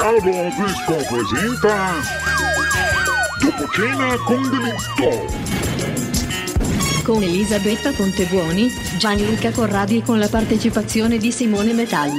Carlo Obispo presenta Dopo cena con Delitto, con Elisabetta Contebuoni, Gianluca Corradi e con la partecipazione di Simone Metalli.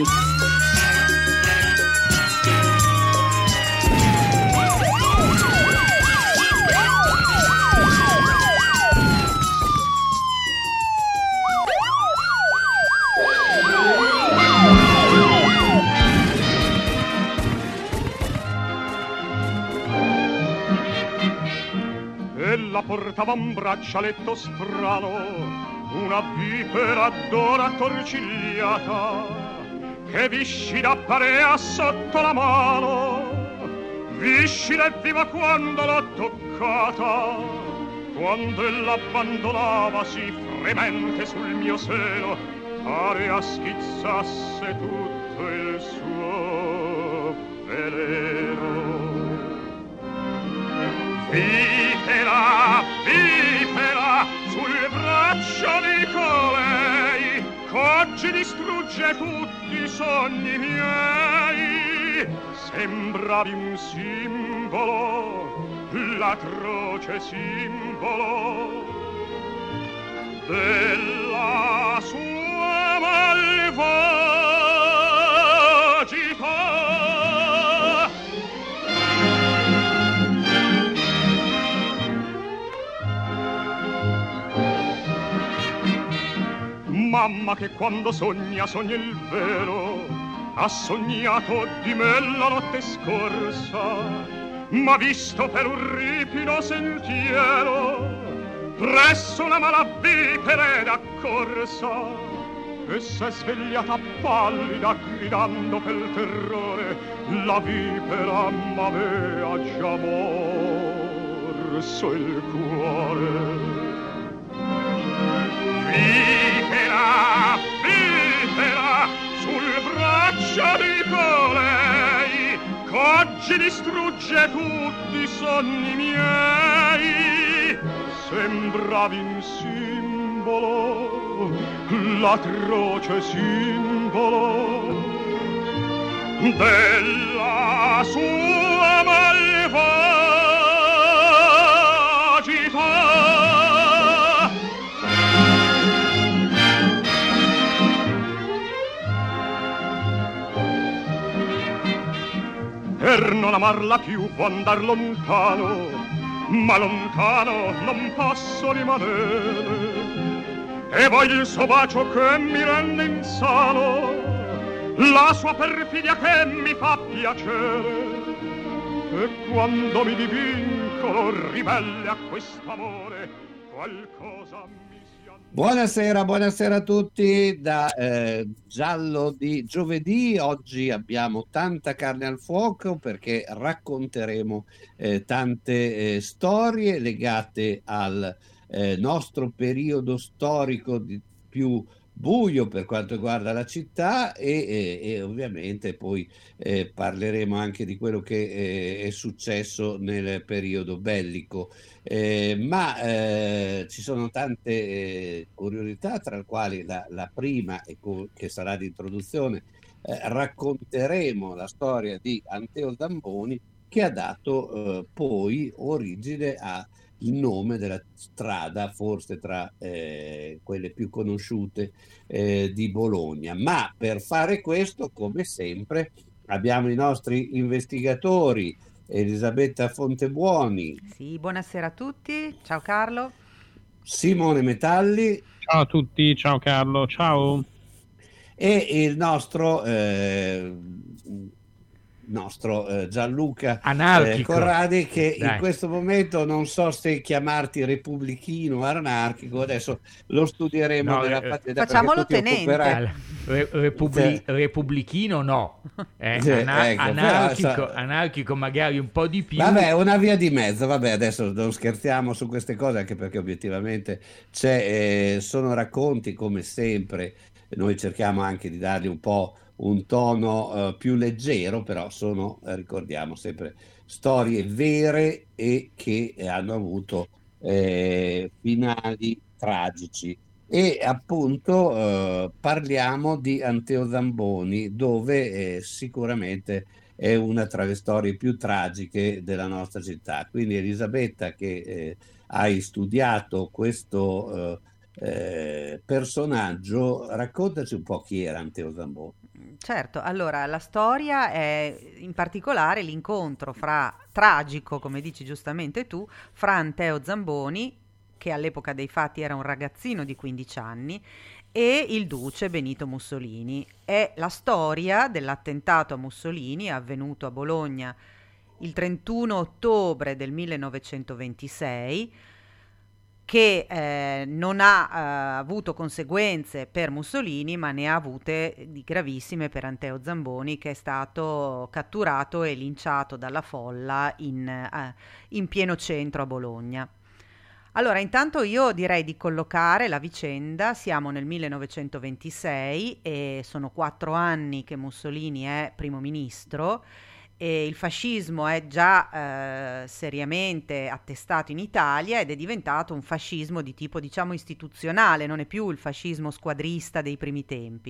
Ella portava un braccialetto strano, una vipera d'ora torcigliata, che viscida parea sotto la mano, viscida e viva quando l'ho toccata, quando ella abbandonavasi fremente sul mio seno, parea schizzasse tutto il suo veleno. Vipera, vipera, sul braccio di colei, qu'oggi distrugge tutti i sogni miei. Sembravi un simbolo, l'atroce simbolo della sua malvagità. Mamma che quando sogna il vero, ha sognato di me la notte scorsa, m'ha visto per un ripido sentiero, presso una malavipera ed accorsa, e s'è svegliata pallida gridando per terrore, la vipera m'avea già morso il cuore. Vipera, vipera, sul braccio di colei, qu'oggi distrugge tutti i sogni miei. Sembravi un simbolo, l'atroce simbolo della sua malvagità. Per non amarla più può andar lontano, ma lontano non posso rimanere, e voglio il suo bacio che mi rende insano, la sua perfidia che mi fa piacere, e quando mi divincolo ribelle a quest'amore, qualcosa mi si annuncia. Buonasera a tutti da Giallo di giovedì. Oggi abbiamo tanta carne al fuoco perché racconteremo tante storie legate al nostro periodo storico più buio per quanto riguarda la città e ovviamente poi parleremo anche di quello che è successo nel periodo bellico. Ma ci sono tante curiosità, tra le quali la prima, che sarà di introduzione, racconteremo la storia di Anteo Zamboni, che ha dato poi origine al nome della strada, forse tra quelle più conosciute di Bologna. Ma per fare questo, come sempre, abbiamo i nostri investigatori. Elisabetta Contebuoni. Sì, buonasera a tutti. Ciao Carlo. Simone Metalli. Ciao a tutti, ciao Carlo, ciao. E il nostro Gianluca Corradi, che in questo momento non so se chiamarti repubblichino o anarchico, adesso lo studieremo nella partita. Facciamolo tenente. Repubblichino no, anarchico magari un po' di più. Vabbè, una via di mezzo. Vabbè, adesso non scherziamo su queste cose, anche perché obiettivamente sono racconti, come sempre. Noi cerchiamo anche di dargli un po' un tono più leggero, però sono, ricordiamo sempre, storie vere e che hanno avuto finali tragici. E appunto parliamo di Anteo Zamboni, dove sicuramente è una tra le storie più tragiche della nostra città. Quindi Elisabetta, che hai studiato questo personaggio, raccontaci un po' chi era Anteo Zamboni. Certo, allora la storia è in particolare l'incontro tragico, come dici giustamente tu, fra Anteo Zamboni, che all'epoca dei fatti era un ragazzino di 15 anni, e il duce Benito Mussolini. È la storia dell'attentato a Mussolini avvenuto a Bologna il 31 ottobre del 1926, che non ha avuto conseguenze per Mussolini, ma ne ha avute di gravissime per Anteo Zamboni, che è stato catturato e linciato dalla folla in pieno centro a Bologna. Allora, intanto io direi di collocare la vicenda. Siamo nel 1926 e sono 4 anni che Mussolini è primo ministro, e il fascismo è già seriamente attestato in Italia ed è diventato un fascismo di tipo, diciamo, istituzionale, non è più il fascismo squadrista dei primi tempi.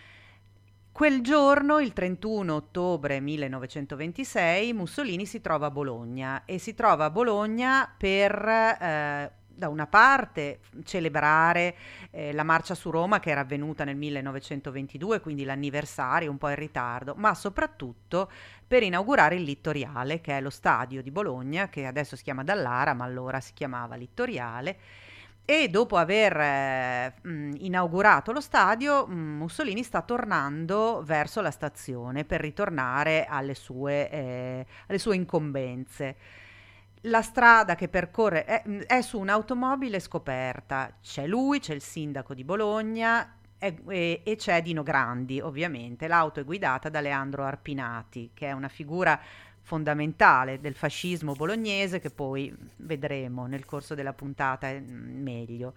Quel giorno, il 31 ottobre 1926, Mussolini si trova a Bologna, e si trova a Bologna per da una parte celebrare la marcia su Roma, che era avvenuta nel 1922, quindi l'anniversario un po' in ritardo, ma soprattutto per inaugurare il Littoriale, che è lo stadio di Bologna, che adesso si chiama Dallara, ma allora si chiamava Littoriale. E dopo aver inaugurato lo stadio, Mussolini sta tornando verso la stazione per ritornare alle sue incombenze. La strada che percorre è su un'automobile scoperta. C'è lui, c'è il sindaco di Bologna e c'è Dino Grandi, ovviamente. L'auto è guidata da Leandro Arpinati, che è una figura fondamentale del fascismo bolognese, che poi vedremo nel corso della puntata meglio.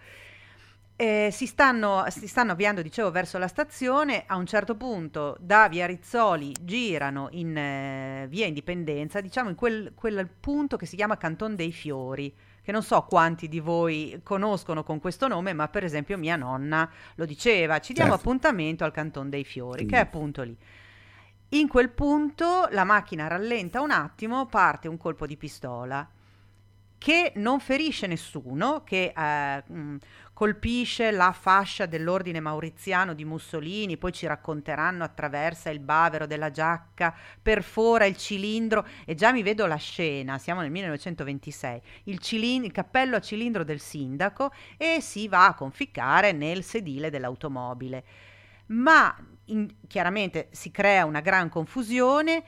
Si stanno avviando, dicevo, verso la stazione. A un certo punto da via Rizzoli girano in via Indipendenza, diciamo in quel punto che si chiama Canton dei Fiori, che non so quanti di voi conoscono con questo nome, ma per esempio mia nonna lo diceva: ci diamo appuntamento al Canton dei Fiori, che è appunto lì. In quel punto la macchina rallenta un attimo, parte un colpo di pistola che non ferisce nessuno, che colpisce la fascia dell'ordine mauriziano di Mussolini, poi ci racconteranno, attraversa il bavero della giacca, perfora il cilindro, e già mi vedo la scena, siamo nel 1926, il cappello a cilindro del sindaco, e si va a conficcare nel sedile dell'automobile. Ma chiaramente si crea una gran confusione.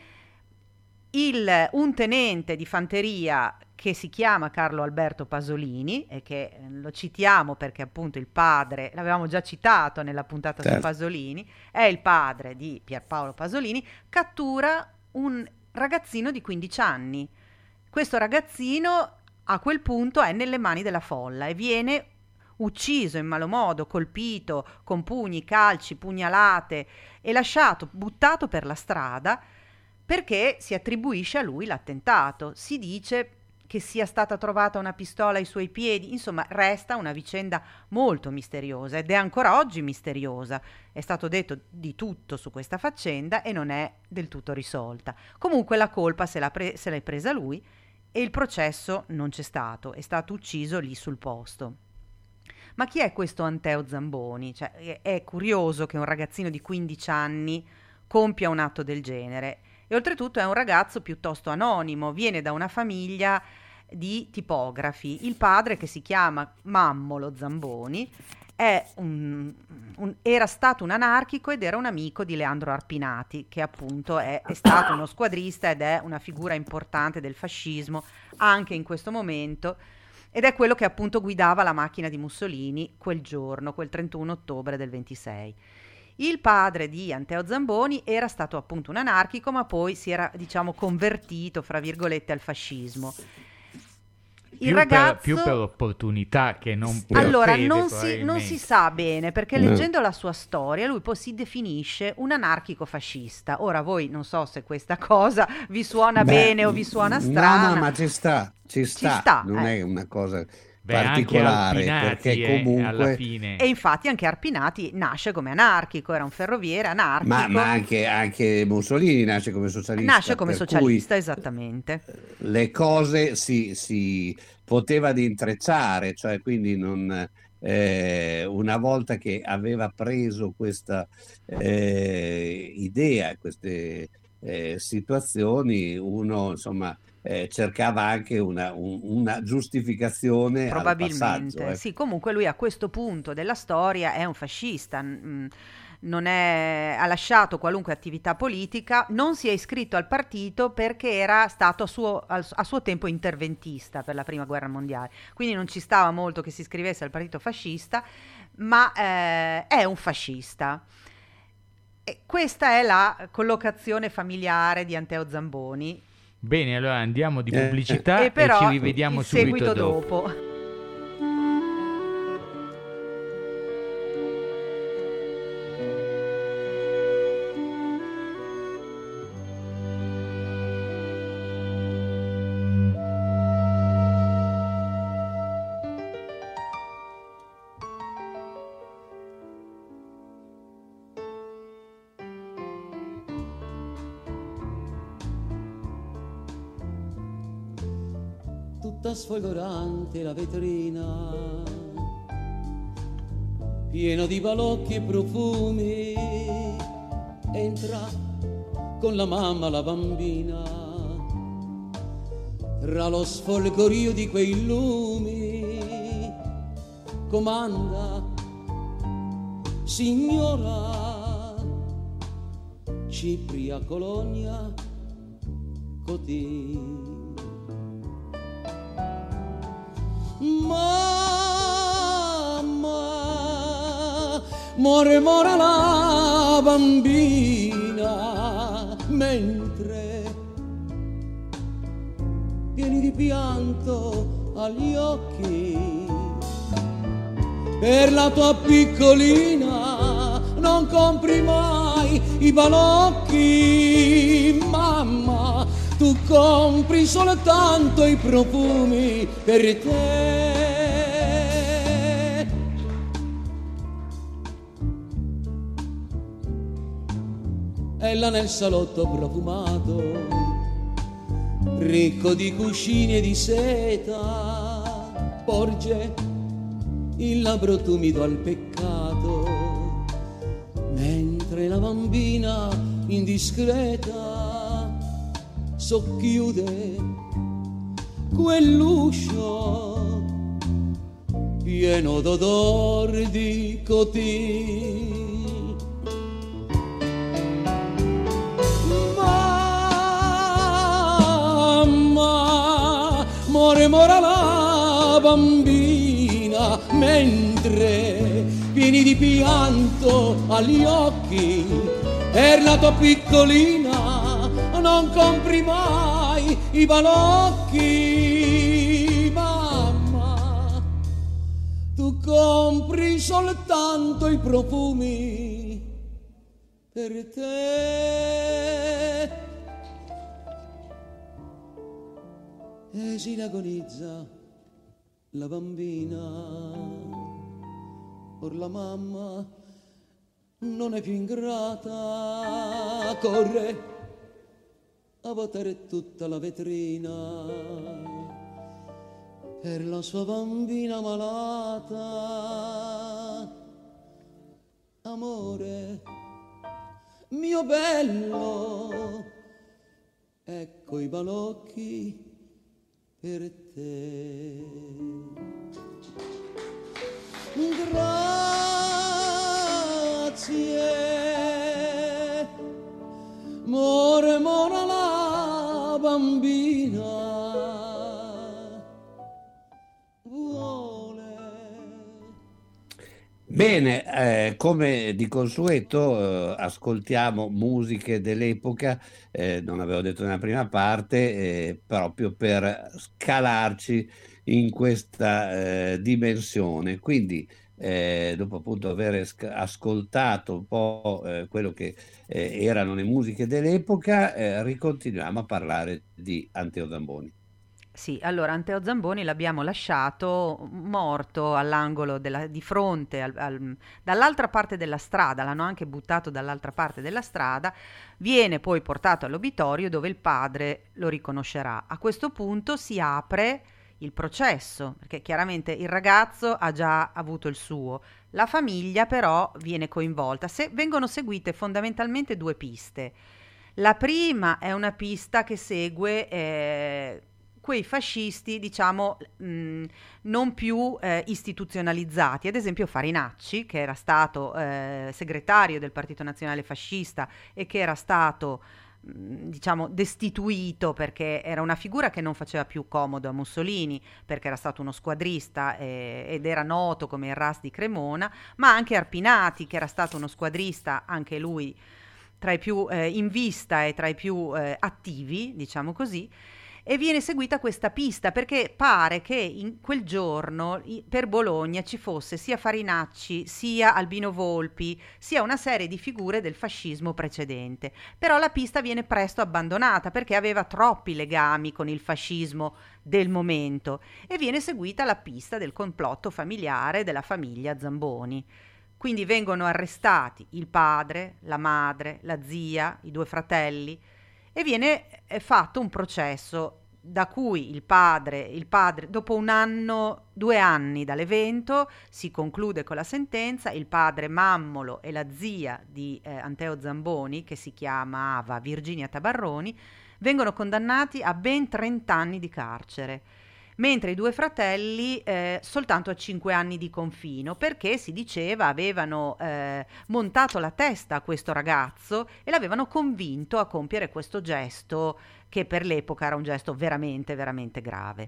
Un tenente di fanteria che si chiama Carlo Alberto Pasolini, e che lo citiamo perché appunto il padre, l'avevamo già citato nella puntata su Pasolini, è il padre di Pierpaolo Pasolini, cattura un ragazzino di 15 anni. Questo ragazzino a quel punto è nelle mani della folla e viene ucciso in malo modo, colpito con pugni, calci, pugnalate e buttato per la strada, perché si attribuisce a lui l'attentato. Si dice che sia stata trovata una pistola ai suoi piedi. Insomma, resta una vicenda molto misteriosa ed è ancora oggi misteriosa. È stato detto di tutto su questa faccenda e non è del tutto risolta. Comunque la colpa se l'è presa lui e il processo non c'è stato, è stato ucciso lì sul posto. Ma chi è questo Anteo Zamboni? Cioè, è curioso che un ragazzino di 15 anni compia un atto del genere. E oltretutto è un ragazzo piuttosto anonimo, viene da una famiglia di tipografi. Il padre, che si chiama Mammolo Zamboni, era stato un anarchico ed era un amico di Leandro Arpinati, che appunto è stato uno squadrista ed è una figura importante del fascismo anche in questo momento, ed è quello che appunto guidava la macchina di Mussolini quel giorno, quel 31 ottobre del 26. Il padre di Anteo Zamboni era stato appunto un anarchico, ma poi si era, diciamo, convertito, fra virgolette, al fascismo. Il ragazzo più per opportunità che non per allora fede, non si sa bene, perché leggendo la sua storia lui poi si definisce un anarchico fascista. Ora voi non so se questa cosa vi suona bene o vi suona strana. No, ma ci sta. Non è una cosa Beh, anche particolare, Arpinati perché alla comunque fine. E infatti anche Arpinati nasce come anarchico, era un ferroviere anarchico. ma anche Mussolini nasce come socialista, Nasce come per socialista, cui esattamente. le cose si poteva di intrecciare, cioè quindi non, una volta che aveva preso questa idea, queste situazioni, uno insomma cercava anche una giustificazione al passaggio. Probabilmente, sì, comunque lui a questo punto della storia è un fascista, ha lasciato qualunque attività politica, non si è iscritto al partito perché era stato a suo tempo interventista per la prima guerra mondiale, quindi non ci stava molto che si iscrivesse al partito fascista, ma è un fascista. E questa è la collocazione familiare di Anteo Zamboni. Bene, allora andiamo di pubblicità E e però ci rivediamo il subito seguito dopo. dopo. Tutta sfolgorante la vetrina, pieno di balocchi e profumi, entra con la mamma la bambina, tra lo sfolgorio di quei lumi, comanda, signora, Cipria Colonia, cotì. Mamma, mormora la bambina, mentre pieni di pianto agli occhi, per la tua piccolina non compri mai i balocchi, mamma, tu compri soltanto i profumi per te. Ella nel salotto profumato, ricco di cuscini e di seta, porge il labbro tumido al peccato, mentre la bambina indiscreta socchiude quell'uscio pieno d'odor di cotì. Mamma, mormora la bambina, mentre pieni di pianto agli occhi, per la tua piccolina non compri mai i balocchi, mamma, tu compri soltanto i profumi per te. Esile agonizza la bambina, or la mamma non è più ingrata, corre a vuotare tutta la vetrina per la sua bambina malata. Amore mio bello, ecco i balocchi per te. Grazie, mormora la bambina, vuole. Bene, come di consueto, ascoltiamo musiche dell'epoca, non avevo detto nella prima parte, proprio per scalarci in questa dimensione. Quindi, dopo appunto aver ascoltato un po' quello che erano le musiche dell'epoca, ricontinuiamo a parlare di Anteo Zamboni. Sì, allora Anteo Zamboni l'abbiamo lasciato morto all'angolo di fronte, dall'altra parte della strada, l'hanno anche buttato dall'altra parte della strada, viene poi portato all'obitorio dove il padre lo riconoscerà. A questo punto si apre il processo, perché chiaramente il ragazzo ha già avuto il suo, la famiglia però viene coinvolta. Vengono seguite fondamentalmente due piste. La prima è una pista che segue quei fascisti, diciamo, non più istituzionalizzati, ad esempio Farinacci, che era stato segretario del Partito Nazionale Fascista e che era stato, diciamo, destituito perché era una figura che non faceva più comodo a Mussolini, perché era stato uno squadrista ed era noto come il RAS di Cremona, ma anche Arpinati, che era stato uno squadrista, anche lui tra i più in vista e tra i più attivi, diciamo così, e viene seguita questa pista perché pare che in quel giorno per Bologna ci fosse sia Farinacci, sia Albino Volpi, sia una serie di figure del fascismo precedente. Però la pista viene presto abbandonata perché aveva troppi legami con il fascismo del momento e viene seguita la pista del complotto familiare della famiglia Zamboni. Quindi vengono arrestati il padre, la madre, la zia, i due fratelli e viene fatto un processo da cui il padre, dopo 2 anni dall'evento, si conclude con la sentenza. Il padre Mammolo e la zia di Anteo Zamboni, che si chiamava Virginia Tabarroni, vengono condannati a ben 30 anni di carcere, mentre i due fratelli soltanto a 5 anni di confino, perché si diceva avevano montato la testa a questo ragazzo e l'avevano convinto a compiere questo gesto che per l'epoca era un gesto veramente, veramente grave.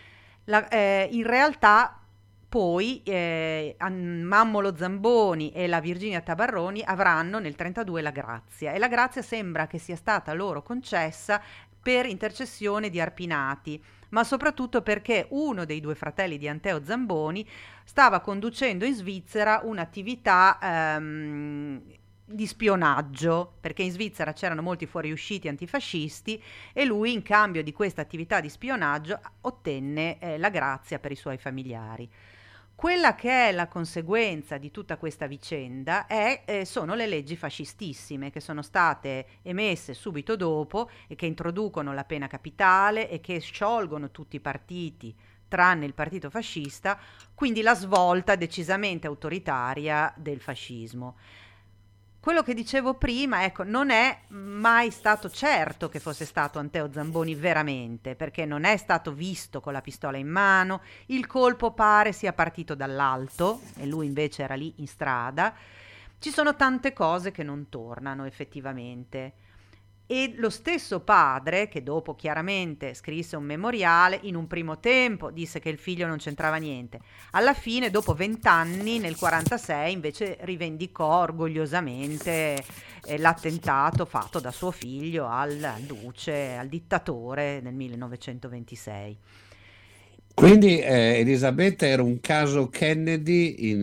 In realtà poi Mammolo Zamboni e la Virginia Tabarroni avranno nel 1932 la grazia, e la grazia sembra che sia stata loro concessa per intercessione di Arpinati, ma soprattutto perché uno dei due fratelli di Anteo Zamboni stava conducendo in Svizzera un'attività di spionaggio, perché in Svizzera c'erano molti fuoriusciti antifascisti e lui in cambio di questa attività di spionaggio ottenne la grazia per i suoi familiari. Quella che è la conseguenza di tutta questa vicenda sono le leggi fascistissime che sono state emesse subito dopo e che introducono la pena capitale e che sciolgono tutti i partiti tranne il partito fascista, quindi la svolta decisamente autoritaria del fascismo. Quello che dicevo prima, ecco, non è mai stato certo che fosse stato Anteo Zamboni veramente, perché non è stato visto con la pistola in mano, il colpo pare sia partito dall'alto e lui invece era lì in strada. Ci sono tante cose che non tornano effettivamente. E lo stesso padre, che dopo chiaramente scrisse un memoriale, in un primo tempo disse che il figlio non c'entrava niente. Alla fine, dopo 20 anni, nel 1946, invece rivendicò orgogliosamente l'attentato fatto da suo figlio al duce, al dittatore nel 1926. Quindi Elisabetta era un caso Kennedy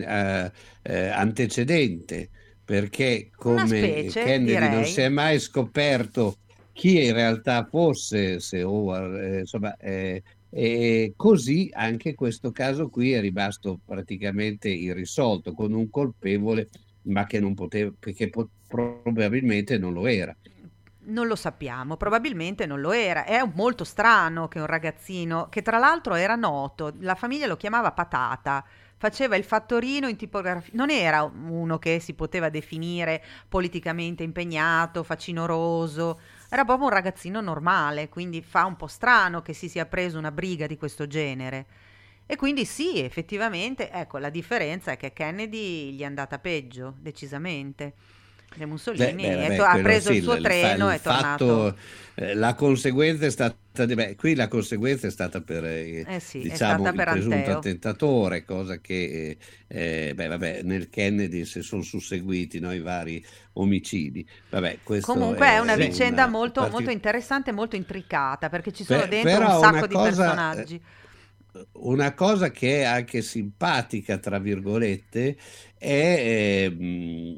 antecedente, perché come specie, Kennedy direi. non si è mai scoperto chi in realtà fosse, se Howard, insomma, e così anche questo caso qui è rimasto praticamente irrisolto, con un colpevole, ma che non poteva, perché probabilmente non lo era. Non lo sappiamo, probabilmente non lo era. È molto strano che un ragazzino, che tra l'altro era noto, la famiglia lo chiamava Patata, faceva il fattorino in tipografia, non era uno che si poteva definire politicamente impegnato, facinoroso, era proprio un ragazzino normale, quindi fa un po' strano che si sia preso una briga di questo genere. E quindi sì, effettivamente, ecco, la differenza è che Kennedy gli è andata peggio, decisamente. De Mussolini ha preso il suo treno e è tornato. La conseguenza è stata qui la conseguenza è stata per sì, diciamo è stata per il presunto Anteo. attentatore, cosa che nel Kennedy si sono susseguiti i vari omicidi. Comunque è una vicenda molto interessante, molto intricata, perché ci sono dentro un sacco di personaggi. Una cosa che è anche simpatica, tra virgolette, è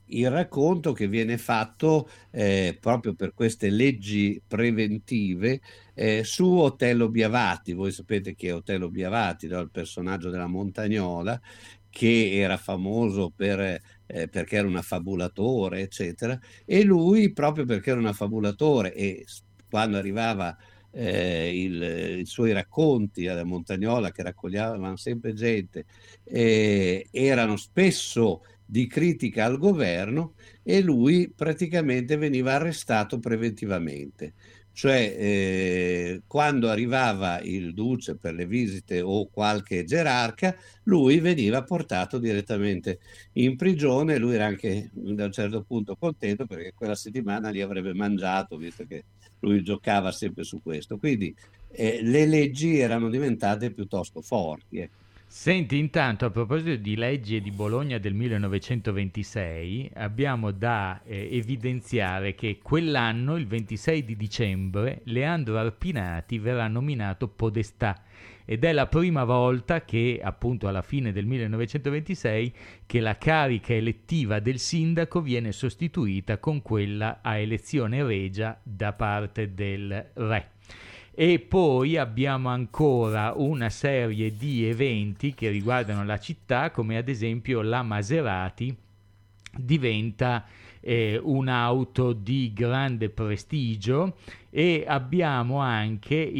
il racconto che viene fatto proprio per queste leggi preventive su Otello Biavati. Voi sapete che Otello Biavati, no? Il personaggio della Montagnola, che era famoso perché era un affabulatore, eccetera, e lui, proprio perché era un affabulatore, e quando arrivava i suoi racconti alla Montagnola, che raccoglievano sempre gente, erano spesso di critica al governo, e lui praticamente veniva arrestato preventivamente. Cioè, quando arrivava il duce per le visite o qualche gerarca, lui veniva portato direttamente in prigione. Lui era anche da un certo punto contento, perché quella settimana li avrebbe mangiato, visto che lui giocava sempre su questo. Quindi le leggi erano diventate piuttosto forti. Senti, intanto, a proposito di leggi e di Bologna del 1926, abbiamo da evidenziare che quell'anno, il 26 di dicembre, Leandro Arpinati verrà nominato podestà, ed è la prima volta che, appunto alla fine del 1926, che la carica elettiva del sindaco viene sostituita con quella a elezione regia da parte del re. E poi abbiamo ancora una serie di eventi che riguardano la città, come ad esempio la Maserati diventa un'auto di grande prestigio, e abbiamo anche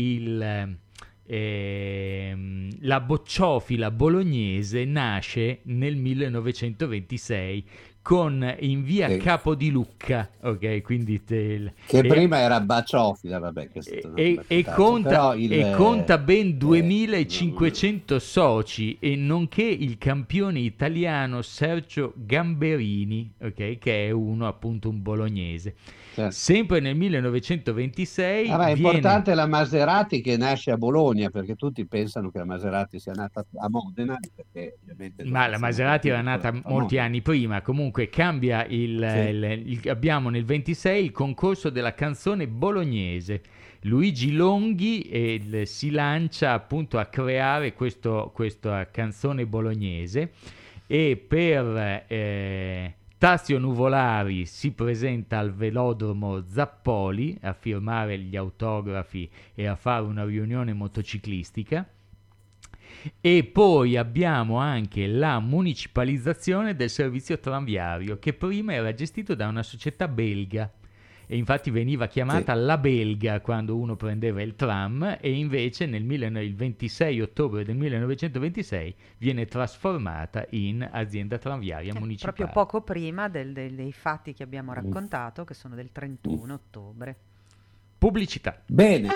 la bocciofila bolognese nasce nel 1926 con in via Capo di Lucca, ok? Quindi che prima era baciofila, vabbè, e conta ben 2500 soci, e nonché il campione italiano Sergio Gamberini, ok? Che è appunto un bolognese. Sempre nel 1926 è importante la Maserati, che nasce a Bologna, perché tutti pensano che la Maserati sia nata a Modena, perché ma la Maserati era nata molti anni prima. Comunque cambia abbiamo nel 26 il concorso della canzone bolognese. Luigi Longhi si lancia appunto a creare questa canzone bolognese, e per Tazio Nuvolari si presenta al velodromo Zappoli a firmare gli autografi e a fare una riunione motociclistica. E poi abbiamo anche la municipalizzazione del servizio tranviario, che prima era gestito da una società belga, e infatti veniva chiamata La Belga quando uno prendeva il tram, e invece il 26 ottobre del 1926 viene trasformata in azienda tranviaria municipale. Proprio poco prima dei fatti che abbiamo raccontato, che sono del 31 ottobre. Pubblicità. Bene.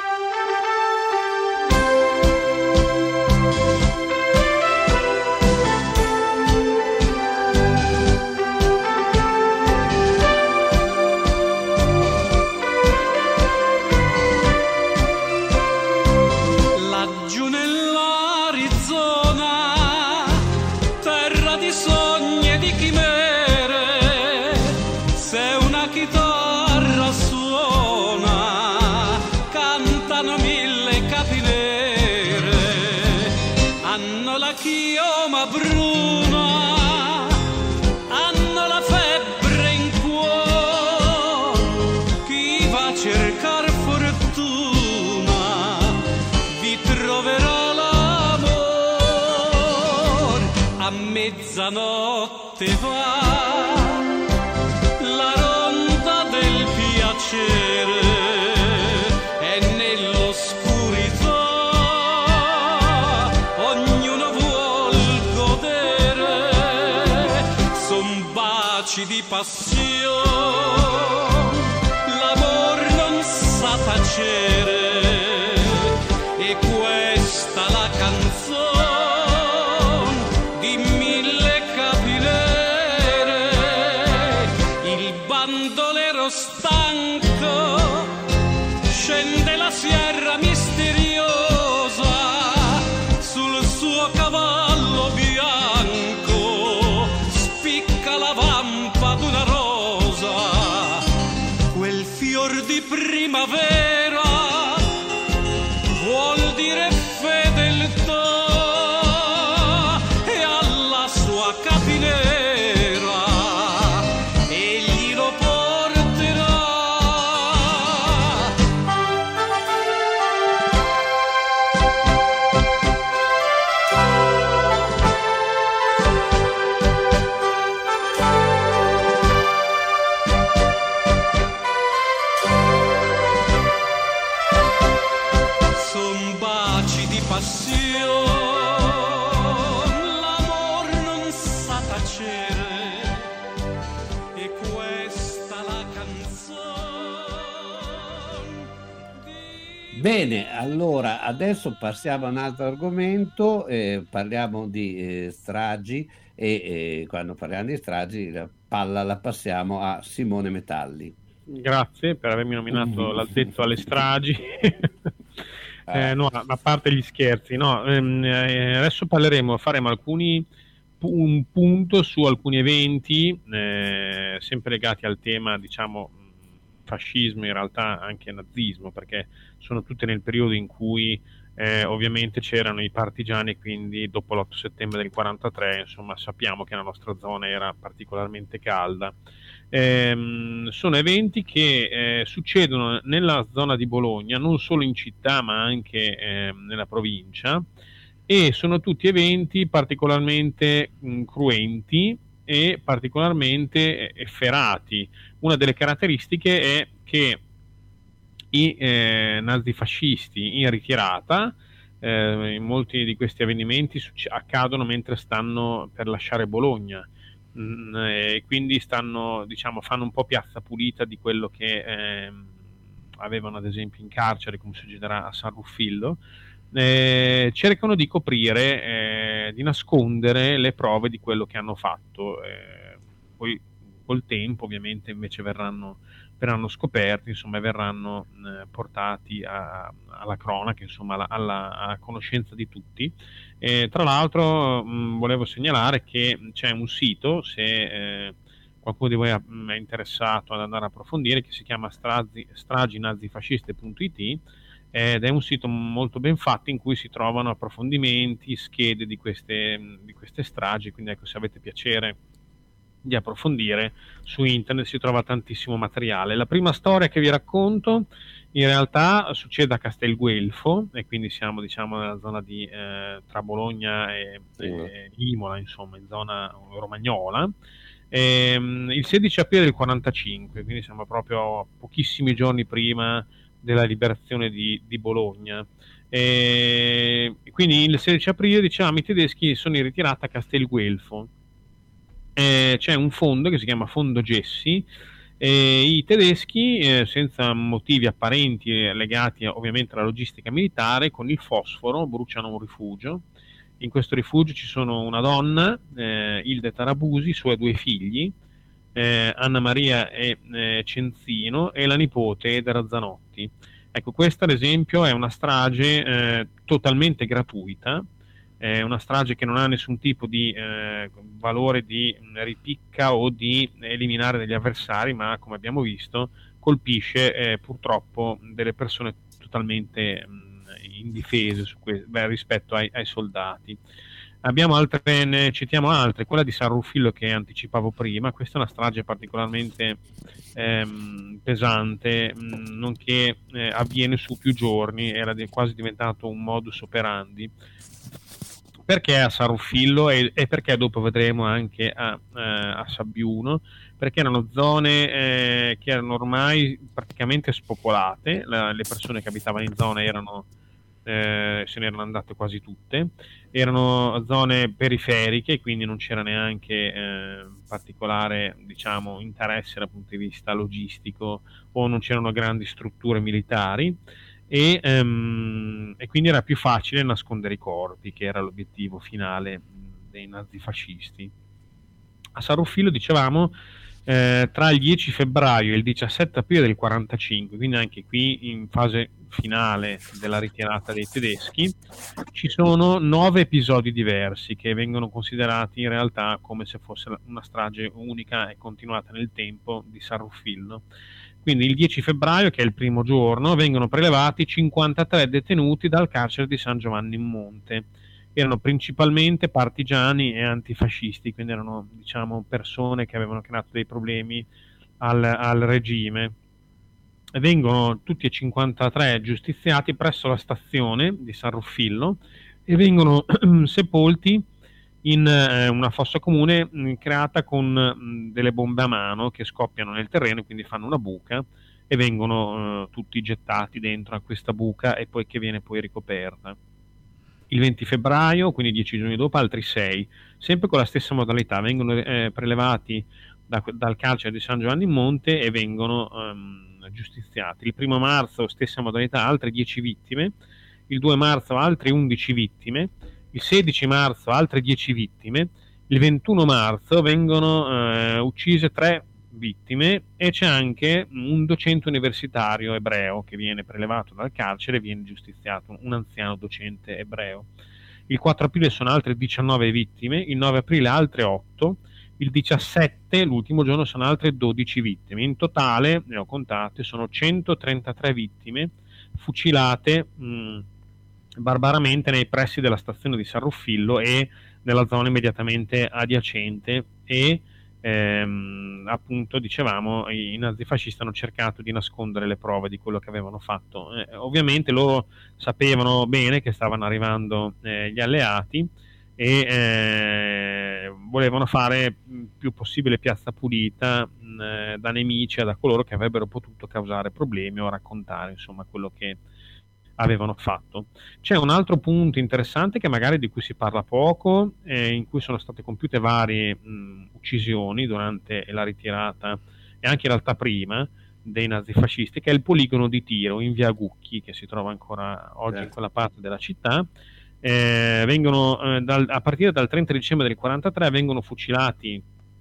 Mezzanotte va la ronda del piacere, e nell'oscurità ognuno vuol godere, son baci di passione, l'amor non sa tacere, e questa la canzone stanco scende la sierra misteriosa sul suo cavallo bianco, spicca la vampa d'una rosa, quel fior di primavera vuol dire fedeltà, e alla sua capinera Bene, allora adesso passiamo a un altro argomento, parliamo di stragi e quando parliamo di stragi la palla la passiamo a Simone Metalli. Grazie per avermi nominato l'addetto alle stragi. No, a parte gli scherzi, no, adesso faremo un punto su alcuni eventi sempre legati al tema, diciamo, fascismo, in realtà anche nazismo, perché sono tutte nel periodo in cui ovviamente c'erano i partigiani, e quindi dopo l'8 settembre del 43, insomma, sappiamo che la nostra zona era particolarmente calda. Sono eventi che succedono nella zona di Bologna, non solo in città ma anche nella provincia, e sono tutti eventi particolarmente cruenti e particolarmente efferati. Una delle caratteristiche è che i nazifascisti in ritirata, in molti di questi avvenimenti accadono mentre stanno per lasciare Bologna, e quindi fanno un po' piazza pulita di quello che avevano ad esempio in carcere, come succederà a San Ruffillo. Cercano di coprire, di nascondere le prove di quello che hanno fatto. Poi col tempo ovviamente invece verranno scoperti, insomma, e verranno portati alla cronaca, insomma, alla conoscenza di tutti. Tra l'altro volevo segnalare che c'è un sito, se qualcuno di voi è interessato ad andare a approfondire, che si chiama straginazifasciste.it, ed è un sito molto ben fatto in cui si trovano approfondimenti, schede di queste stragi, quindi ecco, se avete piacere di approfondire, su internet si trova tantissimo materiale. La prima storia che vi racconto in realtà succede a Castelguelfo, e quindi siamo, diciamo, nella zona di tra Bologna e Imola, insomma, in zona romagnola. Il 16 aprile del 45, quindi siamo proprio pochissimi giorni prima della liberazione di Bologna. Quindi il 16 aprile, diciamo, i tedeschi sono in ritirata a Castelguelfo. C'è un fondo che si chiama Fondo Gessi, e i tedeschi, senza motivi apparenti legati ovviamente alla logistica militare, con il fosforo bruciano un rifugio. In questo rifugio ci sono una donna, Ilde Tarabusi, i suoi 2 figli, Anna Maria e Cenzino, e la nipote Edera Zanotti. Ecco, questa ad esempio è una strage totalmente gratuita, è una strage che non ha nessun tipo di valore di ripicca o di eliminare degli avversari, ma come abbiamo visto colpisce purtroppo delle persone totalmente indifese rispetto ai soldati. Abbiamo altre, ne citiamo altre, quella di San Ruffillo che anticipavo prima. Questa è una strage particolarmente pesante, nonché avviene su più giorni, era quasi diventato un modus operandi. Perché a San Ruffillo e perché dopo vedremo anche a Sabbiuno? Perché erano zone che erano ormai praticamente spopolate, le persone che abitavano in zona se ne erano andate quasi tutte, erano zone periferiche, quindi non c'era neanche particolare, diciamo, interesse dal punto di vista logistico, o non c'erano grandi strutture militari, e quindi era più facile nascondere i corpi, che era l'obiettivo finale dei nazifascisti. A San Ruffillo, dicevamo, tra il 10 febbraio e il 17 aprile del 45, quindi anche qui in fase finale della ritirata dei tedeschi, ci sono 9 episodi diversi che vengono considerati in realtà come se fosse una strage unica e continuata nel tempo di San Ruffillo. Quindi il 10 febbraio, che è il primo giorno, vengono prelevati 53 detenuti dal carcere di San Giovanni in Monte. Erano principalmente partigiani e antifascisti, quindi erano, diciamo, persone che avevano creato dei problemi al regime. E vengono tutti e 53 giustiziati presso la stazione di San Ruffillo e vengono sepolti in una fossa comune creata con delle bombe a mano che scoppiano nel terreno e quindi fanno una buca, e vengono tutti gettati dentro a questa buca, e poi che viene poi ricoperta. Il 20 febbraio, quindi 10 giorni dopo, altri 6, sempre con la stessa modalità, vengono prelevati dal carcere di San Giovanni in Monte e vengono giustiziati. Il 1 marzo stessa modalità, altre 10 vittime, il 2 marzo altre 11 vittime, il 16 marzo altre 10 vittime, il 21 marzo vengono uccise 3 vittime e c'è anche un docente universitario ebreo che viene prelevato dal carcere e viene giustiziato, un anziano docente ebreo. Il 4 aprile sono altre 19 vittime, il 9 aprile altre 8, il 17, l'ultimo giorno, sono altre 12 vittime. In totale, ne ho contate, sono 133 vittime fucilate barbaramente nei pressi della stazione di San Ruffillo e nella zona immediatamente adiacente e appunto, dicevamo, i nazifascisti hanno cercato di nascondere le prove di quello che avevano fatto. Ovviamente loro sapevano bene che stavano arrivando gli alleati e volevano fare più possibile piazza pulita da nemici e da coloro che avrebbero potuto causare problemi o raccontare, insomma, quello che avevano fatto. C'è un altro punto interessante che magari di cui si parla poco, in cui sono state compiute varie uccisioni durante la ritirata e anche in realtà prima dei nazifascisti, che è il poligono di Tiro in via Gucchi, che si trova ancora oggi in quella parte della città. A partire dal 30 dicembre del 43 vengono fucilati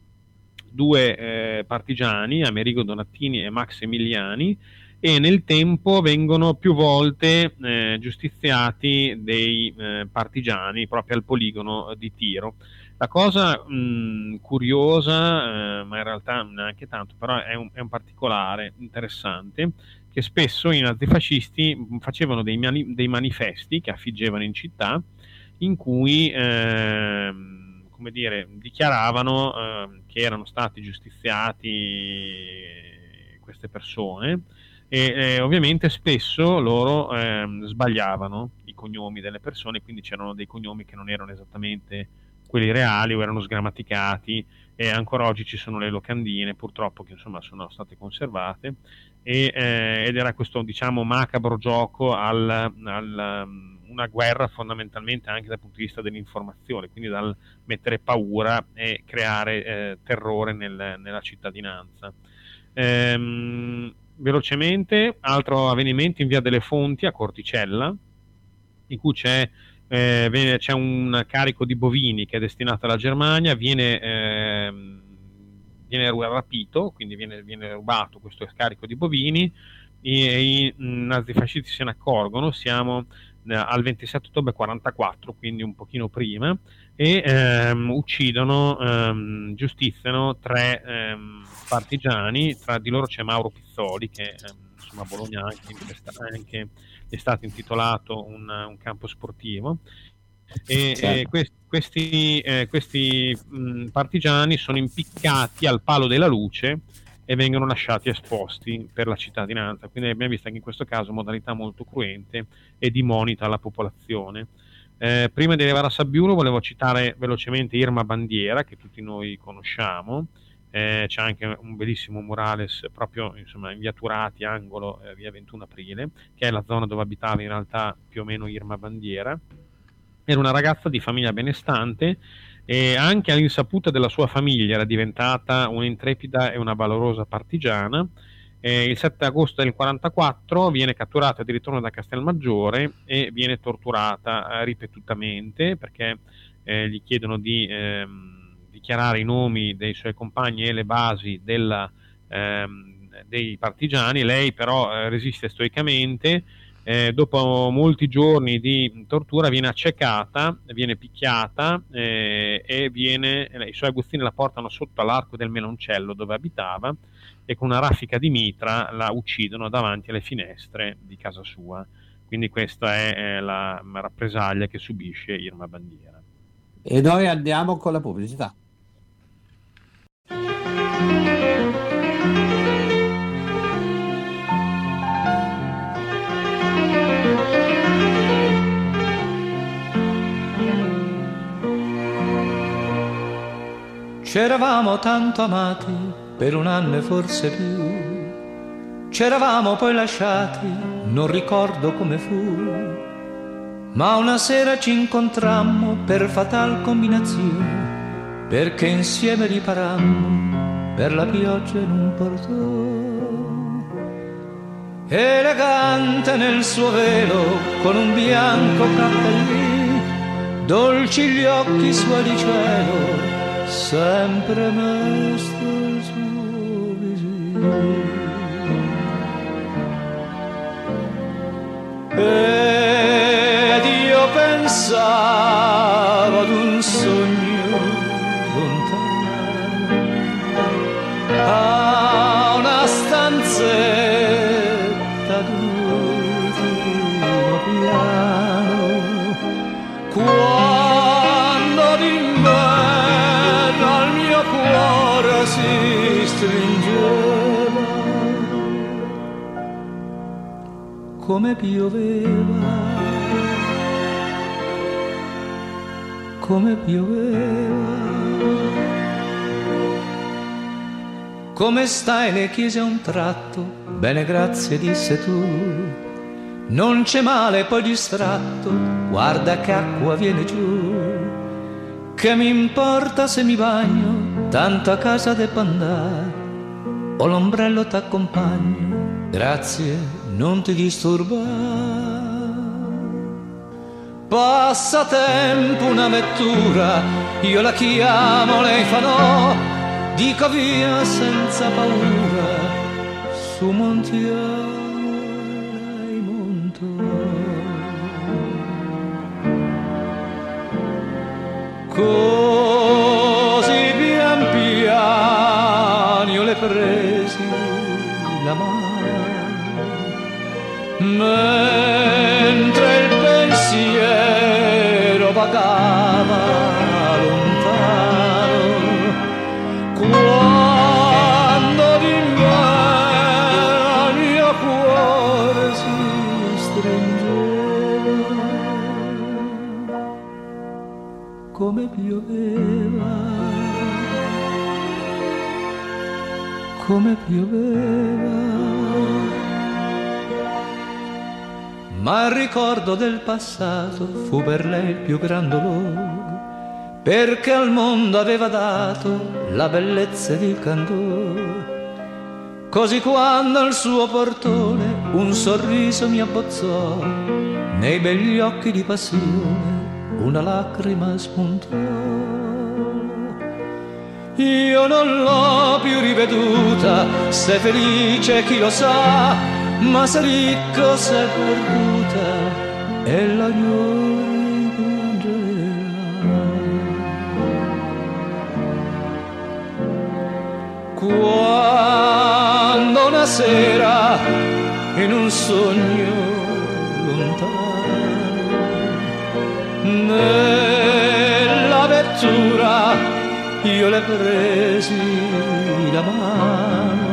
2 partigiani, Amerigo Donattini e Max Emiliani, e nel tempo vengono più volte giustiziati dei partigiani proprio al poligono di Tiro. La cosa curiosa, ma in realtà neanche tanto, però è un particolare interessante, che spesso i nazifascisti facevano dei manifesti che affiggevano in città in cui come dire, dichiaravano che erano stati giustiziati queste persone. E ovviamente spesso loro sbagliavano i cognomi delle persone, quindi c'erano dei cognomi che non erano esattamente quelli reali o erano sgrammaticati, e ancora oggi ci sono le locandine purtroppo che insomma sono state conservate ed era questo, diciamo, macabro gioco una guerra fondamentalmente anche dal punto di vista dell'informazione, quindi dal mettere paura e creare terrore nella cittadinanza. Velocemente, altro avvenimento in via delle Fonti a Corticella, in cui c'è un carico di bovini che è destinato alla Germania, viene rapito, quindi viene rubato questo carico di bovini e i nazifascisti se ne accorgono. Siamo al 27 ottobre 44, quindi un pochino prima, e giustiziano 3 partigiani. Tra di loro c'è Mauro Pizzoli, che insomma a Bologna anche è stato intitolato un campo sportivo, e questi partigiani sono impiccati al palo della luce e vengono lasciati esposti per la cittadinanza. Quindi abbiamo visto anche in questo caso modalità molto cruente e di monita alla popolazione. Prima di arrivare a Sabbiuno volevo citare velocemente Irma Bandiera, che tutti noi conosciamo. C'è anche un bellissimo murales proprio, insomma, in via Turati, angolo via 21 aprile, che è la zona dove abitava in realtà più o meno Irma Bandiera. Era una ragazza di famiglia benestante e anche all'insaputa della sua famiglia era diventata un'intrepida e una valorosa partigiana. Il 7 agosto del 44 viene catturata di ritorno da Castelmaggiore e viene torturata ripetutamente, perché gli chiedono di dichiarare i nomi dei suoi compagni e le basi dei partigiani. Lei però resiste stoicamente. Dopo molti giorni di tortura viene accecata, viene picchiata e i suoi aguzzini la portano sotto all'Arco del Meloncello dove abitava, e con una raffica di mitra la uccidono davanti alle finestre di casa sua. Quindi questa è la rappresaglia che subisce Irma Bandiera. E noi andiamo con la pubblicità. C'eravamo tanto amati per 1 anno e forse più, c'eravamo poi lasciati, non ricordo come fu, ma una sera ci incontrammo per fatal combinazione, perché insieme riparammo per la pioggia in un portone. elegante nel suo velo, con un bianco cappellino, dolci gli occhi suoi di cielo, sempre mesto il suo visino. Ed io pensavo ad un sogno lontano, a una stanzetta d'ultimo piano, quando d'inverno al mio cuore si stringeva, come pioveva, come pioveva. Come stai? Le chiese a un tratto. Bene, grazie, disse tu. Non c'è male, poi distratto, guarda che acqua viene giù. Che mi importa se mi bagno, tanto a casa devo andare. Ho l'ombrello, t'accompagno, grazie, non ti disturbare. Passatempo, una vettura, io la chiamo, lei fa no, dico via senza paura, su montiamo lei montò. Così pian piano io le presi la mano, mentre il pensiero vagava lontano, quando d'inverno il mio cuore si stringeva, come pioveva, come pioveva. Ma il ricordo del passato fu per lei il più gran dolore, perché al mondo aveva dato la bellezza ed il candore. Così quando al suo portone un sorriso mi abbozzò, nei begli occhi di passione una lacrima spuntò. Io non l'ho più riveduta, se felice chi lo sa, ma se ricco, se perduta, e la piangerà. Quando una sera in un sogno lontano, nella vettura io le presi la mano.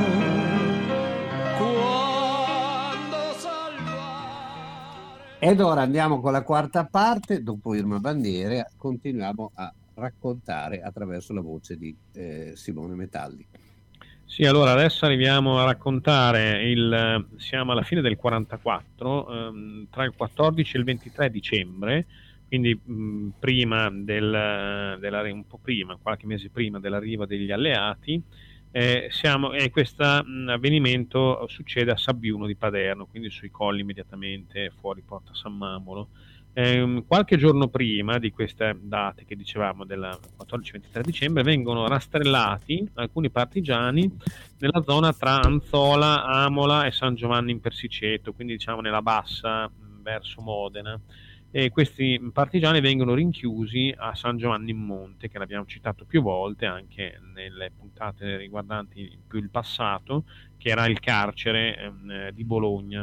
Ed ora andiamo con la quarta parte. Dopo Irma Bandiere continuiamo a raccontare attraverso la voce di Simone Metalli. Sì, allora adesso arriviamo a raccontare siamo alla fine del 44, tra il 14 e il 23 dicembre, quindi prima un po' prima, qualche mese prima dell'arrivo degli alleati. Questo avvenimento succede a Sabbiuno di Paderno, quindi sui colli immediatamente fuori Porta San Mamolo. Qualche giorno prima di queste date che dicevamo, del 14-23 dicembre, vengono rastrellati alcuni partigiani nella zona tra Anzola, Amola e San Giovanni in Persiceto, quindi diciamo nella bassa verso Modena. E questi partigiani vengono rinchiusi a San Giovanni in Monte, che l'abbiamo citato più volte anche nelle puntate riguardanti più il passato, che era il carcere di Bologna.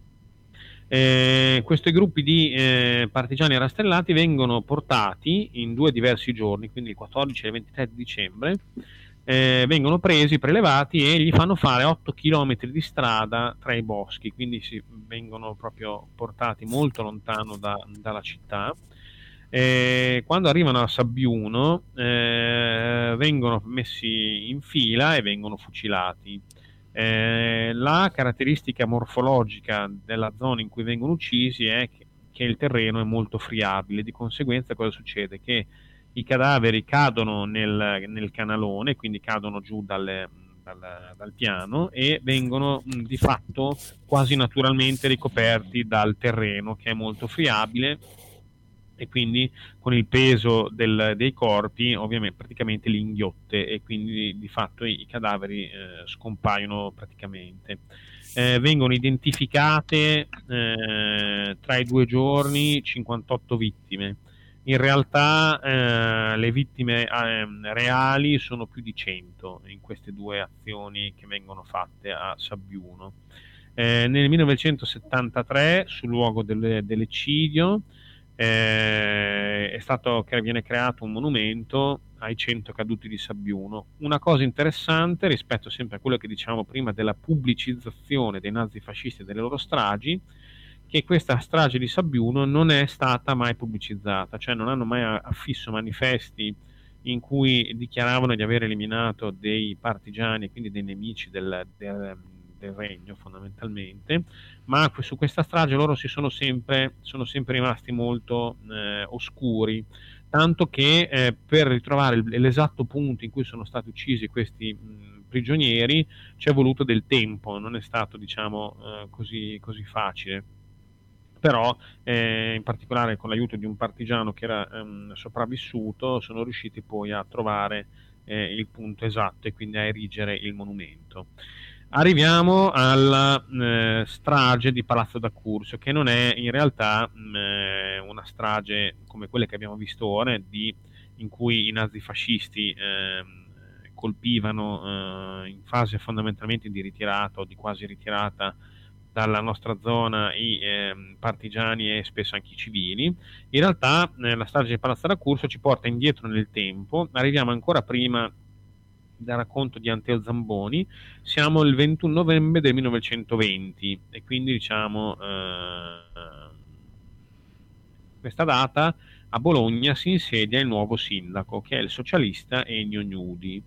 Questi gruppi di partigiani rastrellati vengono portati in due diversi giorni, quindi il 14 e il 23 di dicembre, vengono presi, prelevati e gli fanno fare 8 chilometri di strada tra i boschi, quindi vengono proprio portati molto lontano dalla città. Quando arrivano a Sabbiuno vengono messi in fila e vengono fucilati. La caratteristica morfologica della zona in cui vengono uccisi è che il terreno è molto friabile, di conseguenza cosa succede? Che i cadaveri cadono nel canalone, quindi cadono giù dalle dal piano e vengono di fatto quasi naturalmente ricoperti dal terreno, che è molto friabile, e quindi con il peso dei corpi ovviamente praticamente li inghiotte, e quindi di fatto i cadaveri scompaiono praticamente. Vengono identificate tra i 2 giorni 58 vittime. In realtà le vittime reali sono più di 100 in queste 2 azioni che vengono fatte a Sabbiuno. Nel 1973, sul luogo dell'eccidio, è stato che viene creato un monumento ai 100 caduti di Sabbiuno. Una cosa interessante rispetto sempre a quello che dicevamo prima della pubblicizzazione dei nazifascisti e delle loro stragi, che questa strage di Sabbiuno non è stata mai pubblicizzata, cioè non hanno mai affisso manifesti in cui dichiaravano di aver eliminato dei partigiani e quindi dei nemici del regno fondamentalmente, ma su questa strage loro sono sempre rimasti molto oscuri, tanto che per ritrovare l'esatto punto in cui sono stati uccisi questi prigionieri ci è voluto del tempo, non è stato così facile. Però in particolare con l'aiuto di un partigiano che era sopravvissuto sono riusciti poi a trovare il punto esatto e quindi a erigere il monumento. Arriviamo alla strage di Palazzo d'Accursio, che non è in realtà una strage come quelle che abbiamo visto ora, in cui i nazifascisti colpivano in fase fondamentalmente di ritirata o di quasi ritirata dalla nostra zona i partigiani e spesso anche i civili. In realtà la strage di Palazzo d'Accursio ci porta indietro nel tempo, arriviamo ancora prima del racconto di Anteo Zamboni, siamo il 21 novembre del 1920 e quindi questa data a Bologna si insedia il nuovo sindaco, che è il socialista Ennio Gnudi.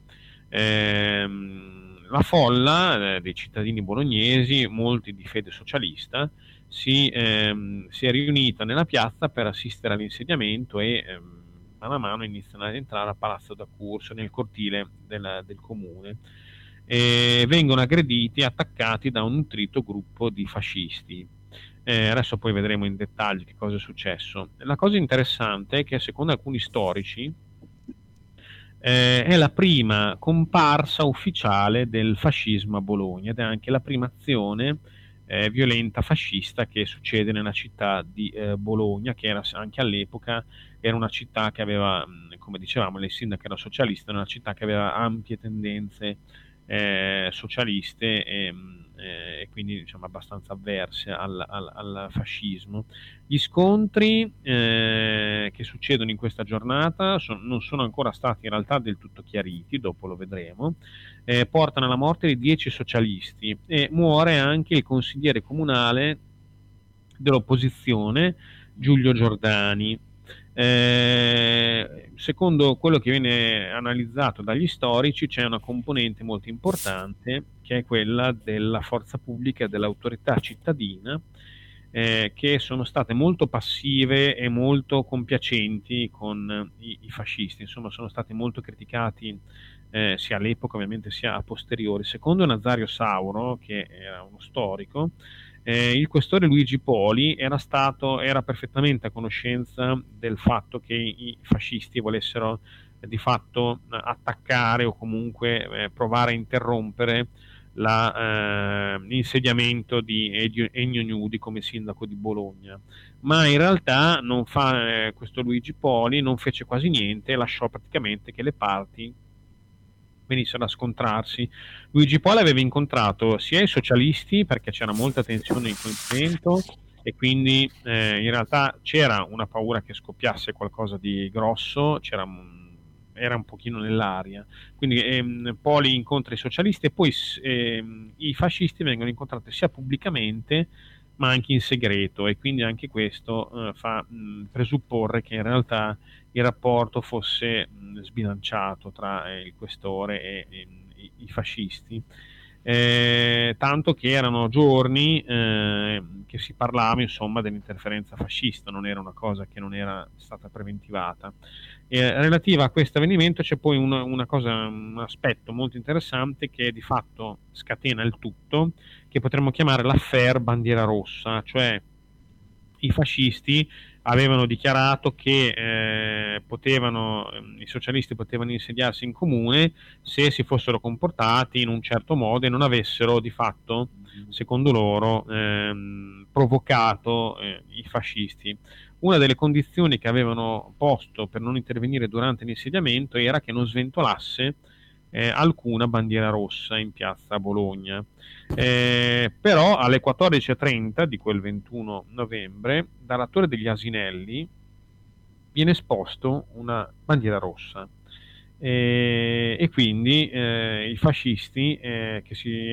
La folla dei cittadini bolognesi, molti di fede socialista, si è riunita nella piazza per assistere all'insediamento e mano a mano iniziano ad entrare a Palazzo d'Accursio, nel cortile del comune, e vengono aggrediti e attaccati da un nutrito gruppo di fascisti. Adesso poi vedremo in dettaglio che cosa è successo. La cosa interessante è che secondo alcuni storici è la prima comparsa ufficiale del fascismo a Bologna ed è anche la prima azione violenta fascista che succede nella città di Bologna, che era anche all'epoca era una città che aveva, come dicevamo, il sindaco era socialista, era una città che aveva ampie tendenze socialiste e quindi abbastanza avverse al fascismo. Gli scontri che succedono in questa giornata non sono ancora stati in realtà del tutto chiariti, dopo lo vedremo, portano alla morte di 10 socialisti e muore anche il consigliere comunale dell'opposizione Giulio Giordani. Secondo quello che viene analizzato dagli storici c'è una componente molto importante che è quella della forza pubblica e dell'autorità cittadina che sono state molto passive e molto compiacenti con i fascisti, insomma sono stati molto criticati sia all'epoca ovviamente sia a posteriori. Secondo Nazario Sauro, che era uno storico, il questore Luigi Poli era perfettamente a conoscenza del fatto che i fascisti volessero di fatto attaccare o comunque provare a interrompere l'insediamento di Ennio Gnudi come sindaco di Bologna, ma in realtà questo Luigi Poli non fece quasi niente e lasciò praticamente che le parti venissero a scontrarsi. Luigi Poli aveva incontrato sia i socialisti, perché c'era molta tensione in quel momento e quindi in realtà c'era una paura che scoppiasse qualcosa di grosso, era un pochino nell'aria, quindi Poli incontra i socialisti e poi i fascisti vengono incontrati sia pubblicamente ma anche in segreto, e quindi anche questo fa presupporre che in realtà il rapporto fosse sbilanciato tra il questore e i fascisti. tanto che erano giorni che si parlava insomma dell'interferenza fascista, non era una cosa che non era stata preventivata. Relativa a questo avvenimento c'è poi un aspetto molto interessante che di fatto scatena il tutto, che potremmo chiamare l'affaire bandiera rossa, cioè i fascisti avevano dichiarato che i socialisti potevano insediarsi in comune se si fossero comportati in un certo modo e non avessero di fatto, secondo loro, provocato i fascisti. Una delle condizioni che avevano posto per non intervenire durante l'insediamento era che non sventolasse alcuna bandiera rossa in piazza Bologna. Però alle 14:30 di quel 21 novembre dalla Torre degli Asinelli viene esposto una bandiera rossa e quindi i fascisti che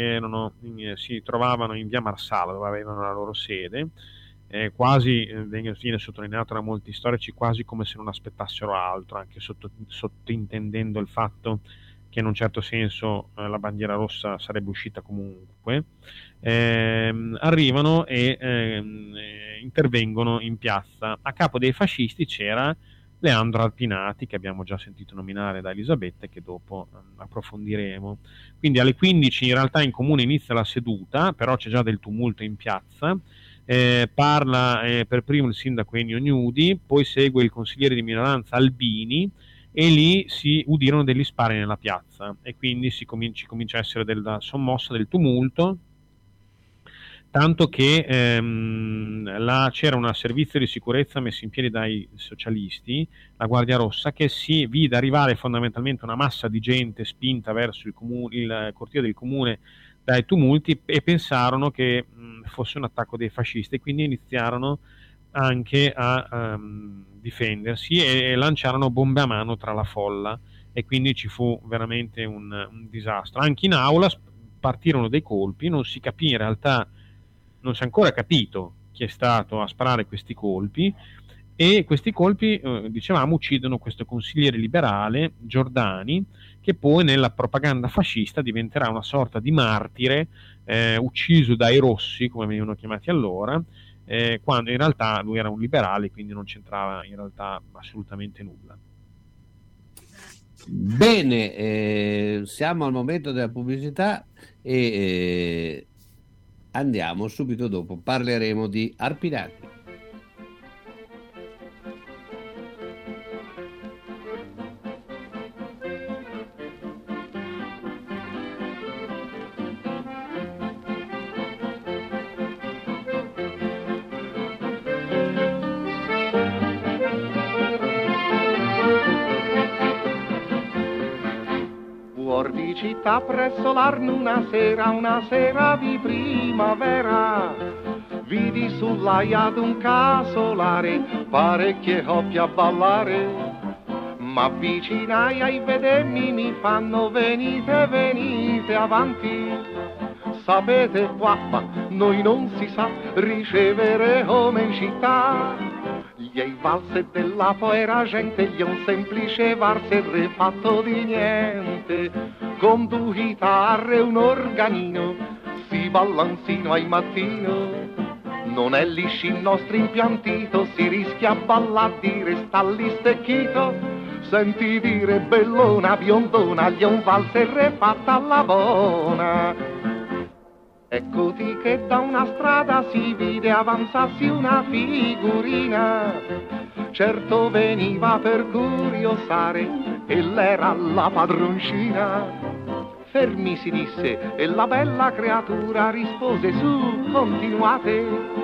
si trovavano in via Marsala, dove avevano la loro sede, quasi viene sottolineato da molti storici quasi come se non aspettassero altro, anche sottintendendo il fatto che in un certo senso la bandiera rossa sarebbe uscita comunque, arrivano e intervengono in piazza. A capo dei fascisti c'era Leandro Arpinati, che abbiamo già sentito nominare da Elisabetta e che dopo approfondiremo. Quindi alle 15 in realtà in comune inizia la seduta, però c'è già del tumulto in piazza. Parla per primo il sindaco Ennio Gnudi, poi segue il consigliere di minoranza Albini, e lì si udirono degli spari nella piazza e quindi comincia a essere della sommossa, del tumulto, tanto che c'era un servizio di sicurezza messo in piedi dai socialisti, la Guardia Rossa, che si vide arrivare fondamentalmente una massa di gente spinta verso il cortile del comune dai tumulti, e pensarono che fosse un attacco dei fascisti, e quindi iniziarono anche a difendersi e lanciarono bombe a mano tra la folla, e quindi ci fu veramente un disastro. Anche in aula partirono dei colpi, non si capì in realtà, non si è ancora capito chi è stato a sparare questi colpi, e questi colpi, dicevamo, uccidono questo consigliere liberale Giordani, che poi nella propaganda fascista diventerà una sorta di martire, ucciso dai rossi, come venivano chiamati allora, quando in realtà lui era un liberale, quindi non c'entrava in realtà assolutamente nulla. Bene, siamo al momento della pubblicità e andiamo subito dopo, parleremo di Arpinati. Di città presso l'Arno una sera di primavera, vidi sull'aia d'un casolare parecchie coppie a ballare, m'avvicinai ai vedemmi, mi fanno venite avanti, sapete qua noi non si sa ricevere come in città. Gli valse della povera gente, gli un semplice valse fatto di niente, con due chitarre e un organino, si ballansino ai mattino. Non è lisci il nostro impiantito, si rischia a ballare dire sta lì stecchito, senti dire bellona, biondona, gli un valse fatta alla buona. Eccoti che da una strada si vide avanzarsi una figurina, certo veniva per curiosare e l'era la padroncina. Fermi si disse e la bella creatura rispose su continuate,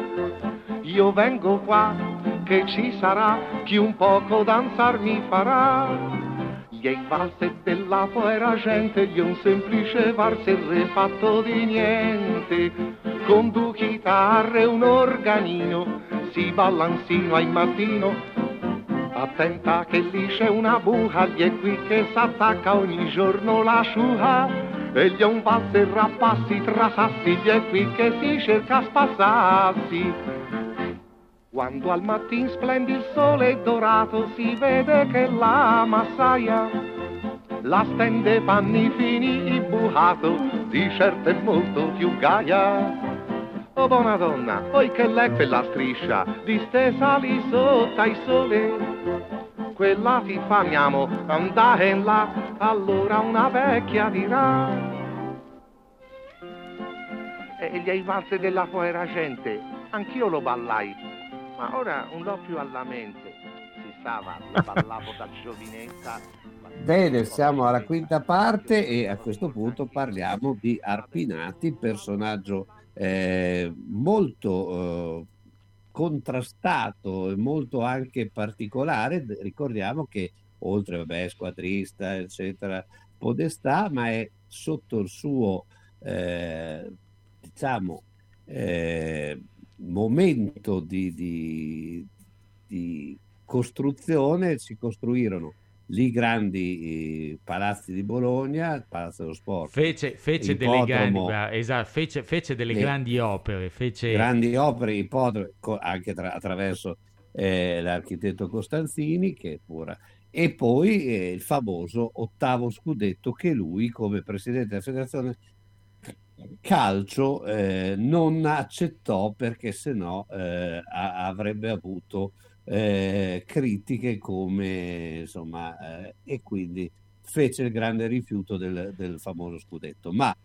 io vengo qua che ci sarà chi un poco danzar mi farà. Gli valse della povera gente, gli un semplice valse fatto di niente, con due chitarre e un organino, si ballansino al mattino. Attenta che lì c'è una buca, gli è qui che s'attacca ogni giorno la sciuga, e gli un valse rappassi tra sassi, gli è qui che si cerca spassarsi. Quando al mattin splendi il sole dorato, si vede che la massaia la stende panni fini imbucato, di certo è molto più gaia. Oh buona donna, poi che l'è quella striscia distesa lì sotto ai sole? Quella ti famiamo andare là, allora una vecchia dirà. E gli aivanze della povera gente, anch'io lo ballai, ma ora non l'ho più alla mente. Si stava, lo ballavo da giovinetta. Bene, siamo alla quinta parte e a questo punto parliamo di Arpinati, personaggio molto contrastato e molto anche particolare. Ricordiamo che oltre, vabbè, squadrista, eccetera, podestà, ma è sotto il suo diciamo momento di costruzione. Si costruirono lì grandi palazzi di Bologna, il Palazzo dello Sport, fece delle grandi opere, anche attraverso l'architetto Costanzini, che pure, e poi il famoso 8° scudetto che lui, come presidente della federazione calcio, non accettò, perché sennò avrebbe avuto critiche, come insomma, e quindi fece il grande rifiuto del famoso scudetto. Ma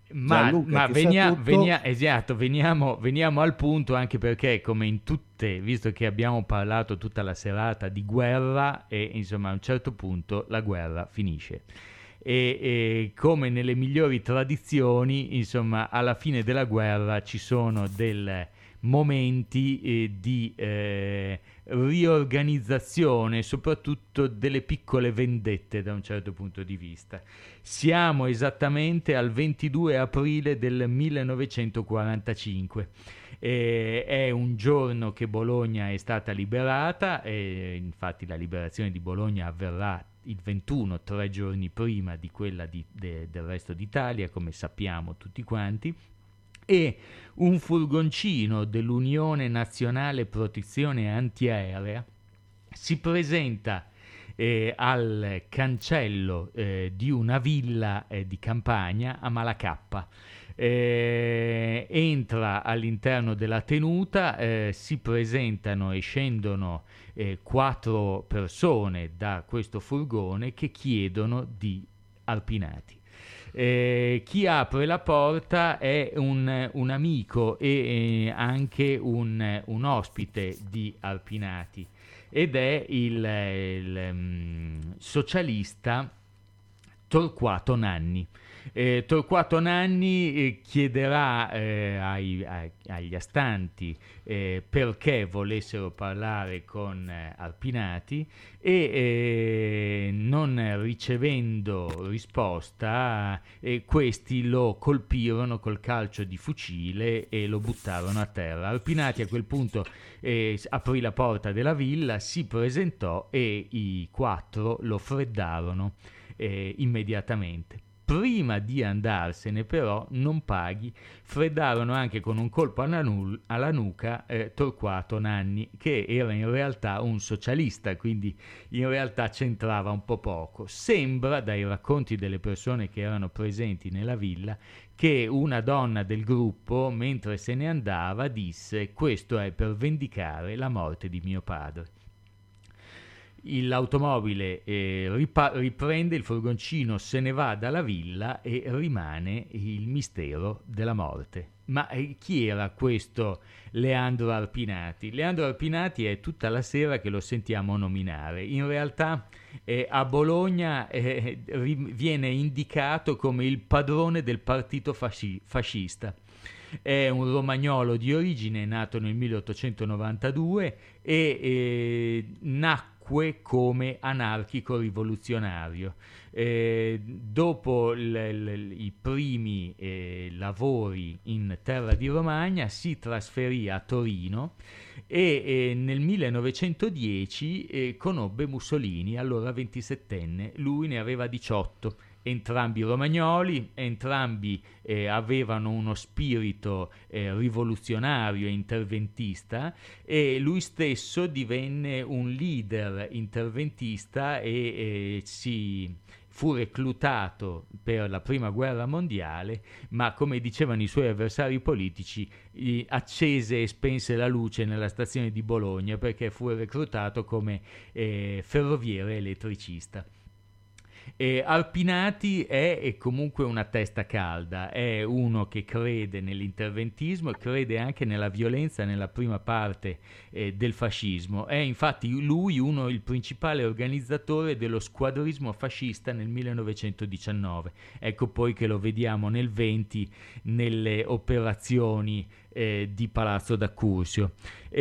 veniamo al punto, anche perché, come in tutte, visto che abbiamo parlato tutta la serata di guerra, e insomma a un certo punto la guerra finisce. E come nelle migliori tradizioni, insomma, alla fine della guerra ci sono dei momenti di riorganizzazione, soprattutto delle piccole vendette da un certo punto di vista. Siamo esattamente al 22 aprile del 1945. È un giorno che Bologna è stata liberata, infatti la liberazione di Bologna avverrà il 21, 3 giorni prima di quella del resto d'Italia, come sappiamo tutti quanti, e un furgoncino dell'Unione Nazionale Protezione Antiaerea si presenta al cancello di una villa di campagna a Malacappa. Entra all'interno della tenuta, si presentano e scendono 4 persone da questo furgone che chiedono di Arpinati. Chi apre la porta è un amico e anche un ospite di Arpinati, ed è il socialista Torquato Nanni. Torquato Nanni chiederà agli astanti perché volessero parlare con Arpinati, e non ricevendo risposta questi lo colpirono col calcio di fucile e lo buttarono a terra. Arpinati a quel punto aprì la porta della villa, si presentò e i 4 lo freddarono immediatamente. Prima di andarsene, però, non paghi, freddarono anche con un colpo alla nuca Torquato Nanni, che era in realtà un socialista, quindi in realtà c'entrava un po' poco. Sembra, dai racconti delle persone che erano presenti nella villa, che una donna del gruppo, mentre se ne andava, disse: «Questo è per vendicare la morte di mio padre». L'automobile riprende, il furgoncino se ne va dalla villa e rimane il mistero della morte. Ma chi era questo Leandro Arpinati? Leandro Arpinati è tutta la sera che lo sentiamo nominare. In realtà a Bologna viene indicato come il padrone del partito fascista. È un romagnolo di origine, nato nel 1892 e nacque come anarchico rivoluzionario. Dopo i primi lavori in terra di Romagna si trasferì a Torino e nel 1910 conobbe Mussolini, allora 27enne, lui ne aveva 18. Entrambi romagnoli, entrambi avevano uno spirito rivoluzionario e interventista, e lui stesso divenne un leader interventista e si fu reclutato per la prima guerra mondiale, ma come dicevano i suoi avversari politici, accese e spense la luce nella stazione di Bologna perché fu reclutato come ferroviere elettricista. Arpinati è comunque una testa calda, è uno che crede nell'interventismo e crede anche nella violenza nella prima parte del fascismo. È infatti lui il principale organizzatore dello squadrismo fascista nel 1919. Ecco poi che lo vediamo nel 20 nelle operazioni di Palazzo d'Accursio.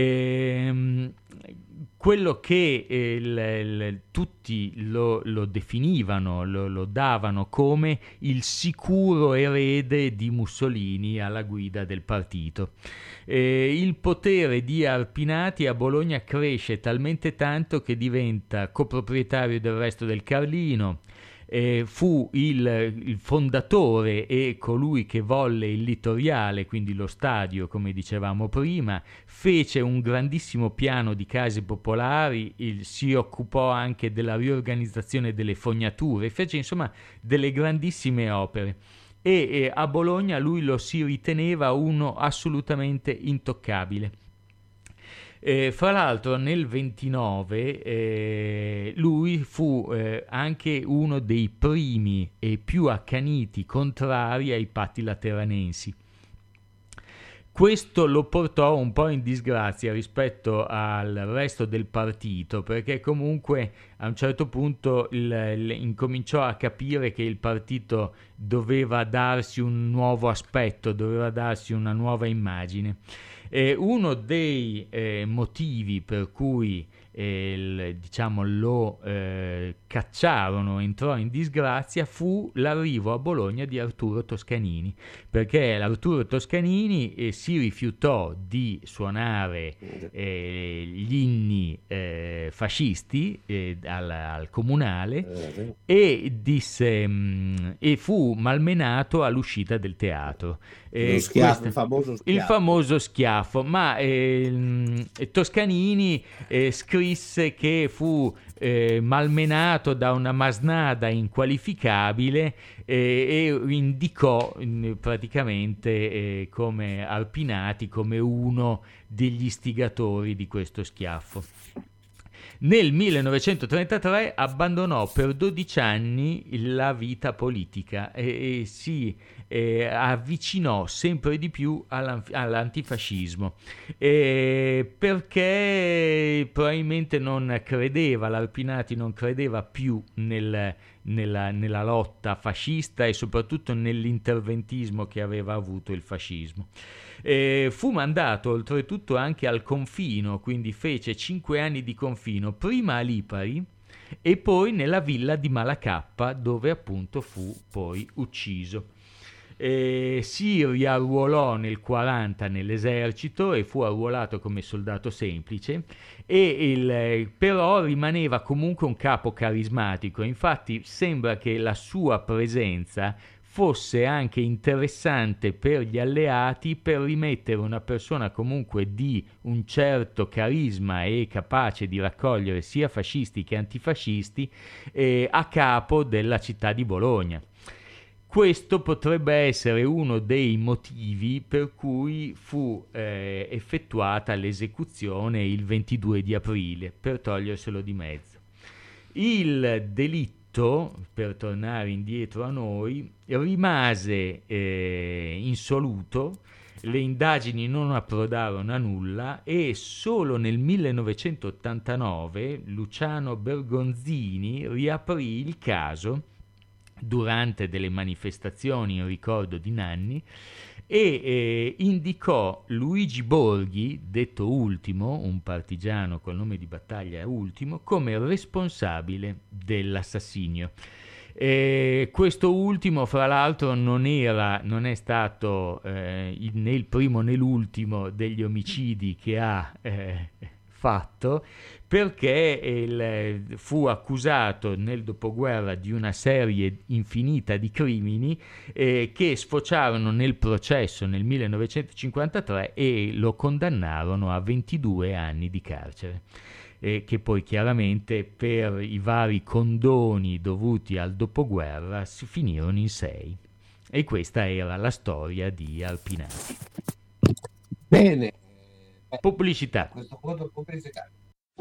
Quello che tutti lo definivano, lo davano come il sicuro erede di Mussolini alla guida del partito. Il potere di Arpinati a Bologna cresce talmente tanto che diventa coproprietario del resto del Carlino. Fu il fondatore e colui che volle il Litoriale, quindi lo stadio, come dicevamo prima, fece un grandissimo piano di case popolari, si occupò anche della riorganizzazione delle fognature, fece insomma delle grandissime opere. E a Bologna lui lo si riteneva uno assolutamente intoccabile. Fra l'altro nel 29 lui fu anche uno dei primi e più accaniti contrari ai patti lateranensi. Questo lo portò un po' in disgrazia rispetto al resto del partito, perché comunque a un certo punto incominciò a capire che il partito doveva darsi un nuovo aspetto, doveva darsi una nuova immagine. Uno dei motivi per cui lo cacciarono, entrò in disgrazia, fu l'arrivo a Bologna di Arturo Toscanini, perché Arturo Toscanini si rifiutò di suonare gli inni fascisti al comunale e disse e fu malmenato all'uscita del teatro. Il famoso schiaffo, ma Toscanini scrisse che fu malmenato da una masnada inqualificabile e indicò praticamente come Arpinati come uno degli istigatori di questo schiaffo. Nel 1933 abbandonò per 12 anni la vita politica e si avvicinò sempre di più all'antifascismo, perché probabilmente l'Arpinati non credeva più nella lotta fascista e soprattutto nell'interventismo che aveva avuto il fascismo. Fu mandato oltretutto anche al confino, quindi fece 5 anni di confino, prima a Lipari e poi nella villa di Malacappa, dove appunto fu poi ucciso. Si riarruolò nel 40 nell'esercito e fu arruolato come soldato semplice, però rimaneva comunque un capo carismatico. Infatti sembra che la sua presenza fosse anche interessante per gli alleati, per rimettere una persona comunque di un certo carisma e capace di raccogliere sia fascisti che antifascisti a capo della città di Bologna. Questo potrebbe essere uno dei motivi per cui fu effettuata l'esecuzione il 22 di aprile, per toglierselo di mezzo. Il delitto, per tornare indietro a noi, rimase insoluto, le indagini non approdarono a nulla e solo nel 1989 Luciano Bergonzini riaprì il caso durante delle manifestazioni in ricordo di Nanni e indicò Luigi Borghi, detto Ultimo, un partigiano col nome di battaglia Ultimo, come responsabile dell'assassinio. Questo ultimo, fra l'altro, non è stato né il primo né l'ultimo degli omicidi che ha fatto perché fu accusato nel dopoguerra di una serie infinita di crimini che sfociarono nel processo nel 1953 e lo condannarono a 22 anni di carcere. Che poi chiaramente per i vari condoni dovuti al dopoguerra si finirono in 6. E questa era la storia di Arpinati. Bene. Pubblicità. Questo punto pubblicità.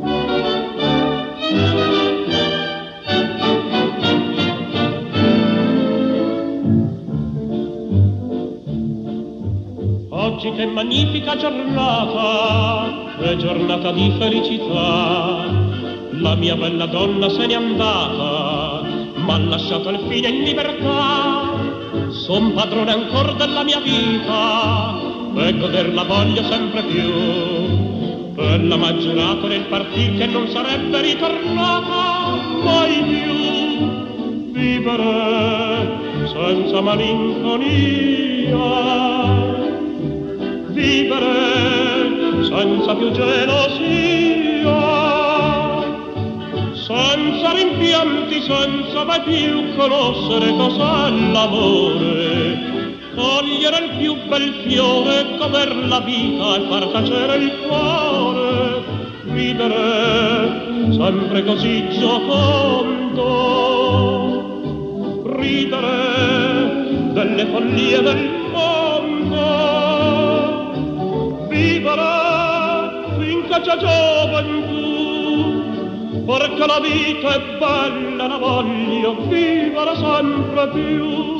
Oggi che magnifica giornata, è giornata di felicità. La mia bella donna se n'è andata, m'ha lasciato al fine in libertà. Son padrone ancor della mia vita e goderla voglio sempre più. Ella m'ha giurato nel partir che non sarebbe ritornata mai più. Vivere senza malinconia, vivere senza più gelosia, senza rimpianti, senza mai più conoscere cos'è l'amore, cogliere il più bel fiore, goder la vita e far tacere il cuore, ridere sempre così giocondo, ridere delle follie del mondo, vivere finché c'è gioventù, perché la vita è bella, la voglio vivere sempre più.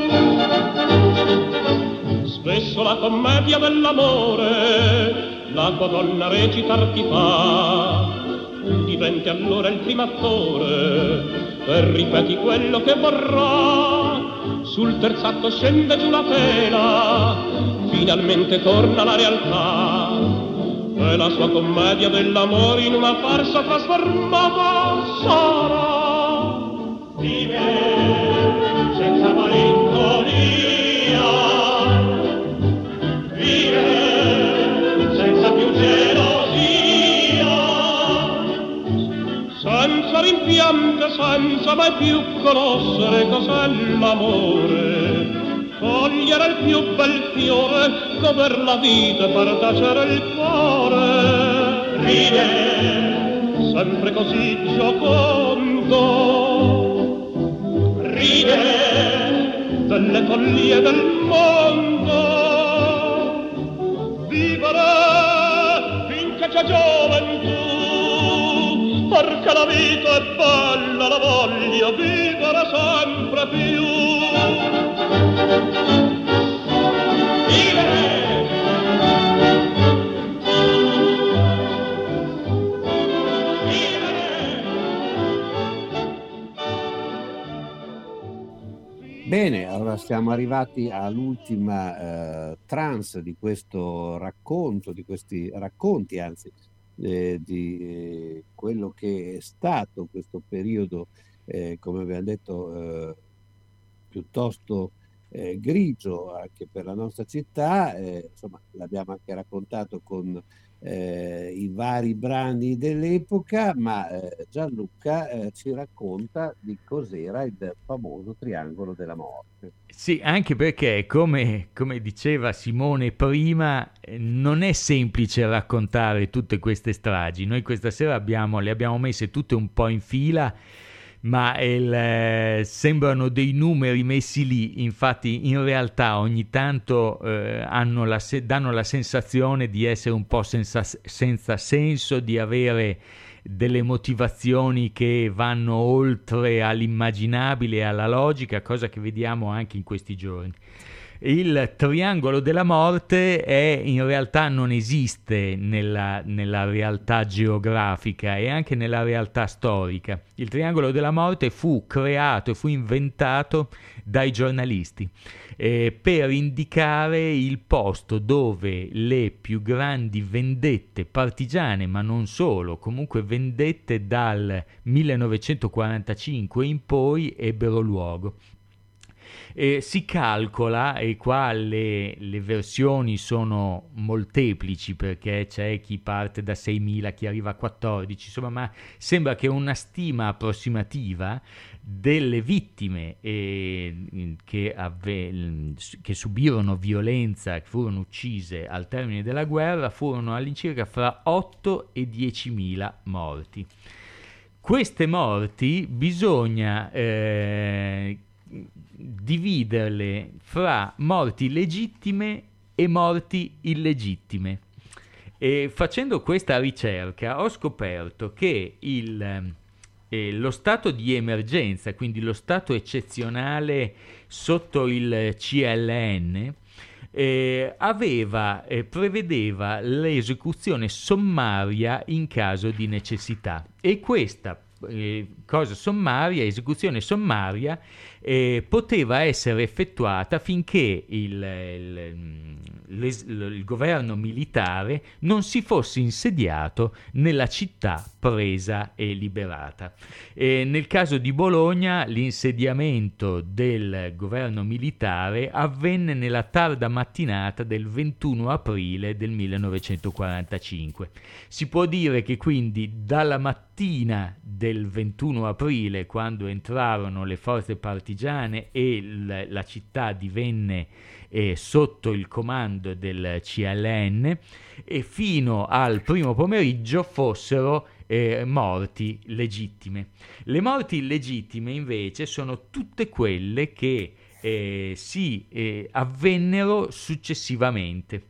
Spesso la commedia dell'amore la tua donna recitar ti fa, diventi allora il primo attore e ripeti quello che vorrà. Sul terzo atto scende giù la tela, finalmente torna la realtà e la sua commedia dell'amore in una farsa trasformata sarà. Vive senza malinconia, vive senza più gelosia, senza rimpianto, senza mai più conoscere cos'è l'amore, cogliere il più bel fiore, goder la vita e far tacere il cuore, ride sempre così giocondo, ride delle follie del mondo, vivere finché c'è gioventù, perché la vita è bella, la voglio vivere sempre più. Bene, allora siamo arrivati all'ultima trance di questo racconto, di questi racconti, anzi, di quello che è stato questo periodo, come abbiamo detto, piuttosto grigio anche per la nostra città. Insomma, l'abbiamo anche raccontato con i vari brani dell'epoca, ma Gianluca ci racconta di cos'era il famoso Triangolo della Morte. Sì, anche perché, come diceva Simone prima, non è semplice raccontare tutte queste stragi. Noi questa sera le abbiamo messe tutte un po' in fila, ma sembrano dei numeri messi lì. Infatti in realtà ogni tanto danno la sensazione di essere un po' senza senso, di avere delle motivazioni che vanno oltre all'immaginabile e alla logica, cosa che vediamo anche in questi giorni. Il Triangolo della Morte in realtà non esiste nella realtà geografica e anche nella realtà storica. Il Triangolo della Morte fu creato e fu inventato dai giornalisti per indicare il posto dove le più grandi vendette partigiane, ma non solo, comunque vendette dal 1945 in poi ebbero luogo. Si calcola, e qua le versioni sono molteplici, perché c'è chi parte da 6.000, chi arriva a 14, insomma, ma sembra che una stima approssimativa delle vittime che subirono violenza, che furono uccise al termine della guerra, furono all'incirca fra 8 e 10.000 morti. Queste morti bisogna dividerle fra morti legittime e morti illegittime. E facendo questa ricerca ho scoperto che lo stato di emergenza, quindi lo stato eccezionale sotto il CLN, prevedeva l'esecuzione sommaria in caso di necessità, e questa esecuzione sommaria poteva essere effettuata finché il governo militare non si fosse insediato nella città presa e liberata. Nel caso di Bologna l'insediamento del governo militare avvenne nella tarda mattinata del 21 aprile del 1945. Si può dire che quindi dalla mattina del 21 aprile, quando entrarono le forze partigiane e la città divenne sotto il comando del CLN, e fino al primo pomeriggio fossero morti legittime. Le morti illegittime invece sono tutte quelle che avvennero successivamente.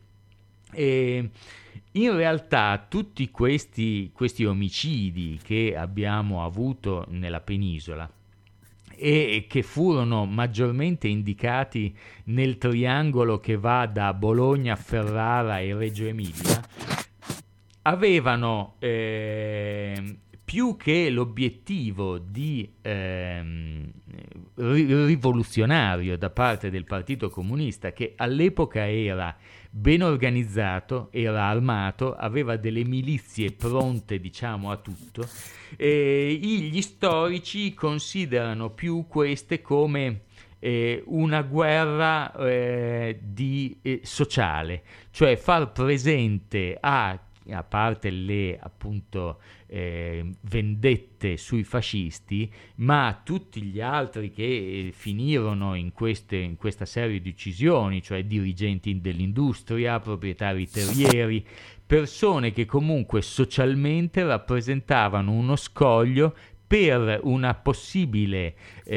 In realtà tutti questi omicidi che abbiamo avuto nella penisola, e che furono maggiormente indicati nel triangolo che va da Bologna, Ferrara e Reggio Emilia, avevano più che l'obiettivo di rivoluzionario da parte del Partito Comunista, che all'epoca era ben organizzato, era armato, aveva delle milizie pronte, diciamo, a tutto. Gli storici considerano più queste come una guerra sociale, cioè far presente a parte le appunto vendette sui fascisti, ma tutti gli altri che finirono in questa serie di uccisioni, cioè dirigenti dell'industria, proprietari terrieri, persone che comunque socialmente rappresentavano uno scoglio per una possibile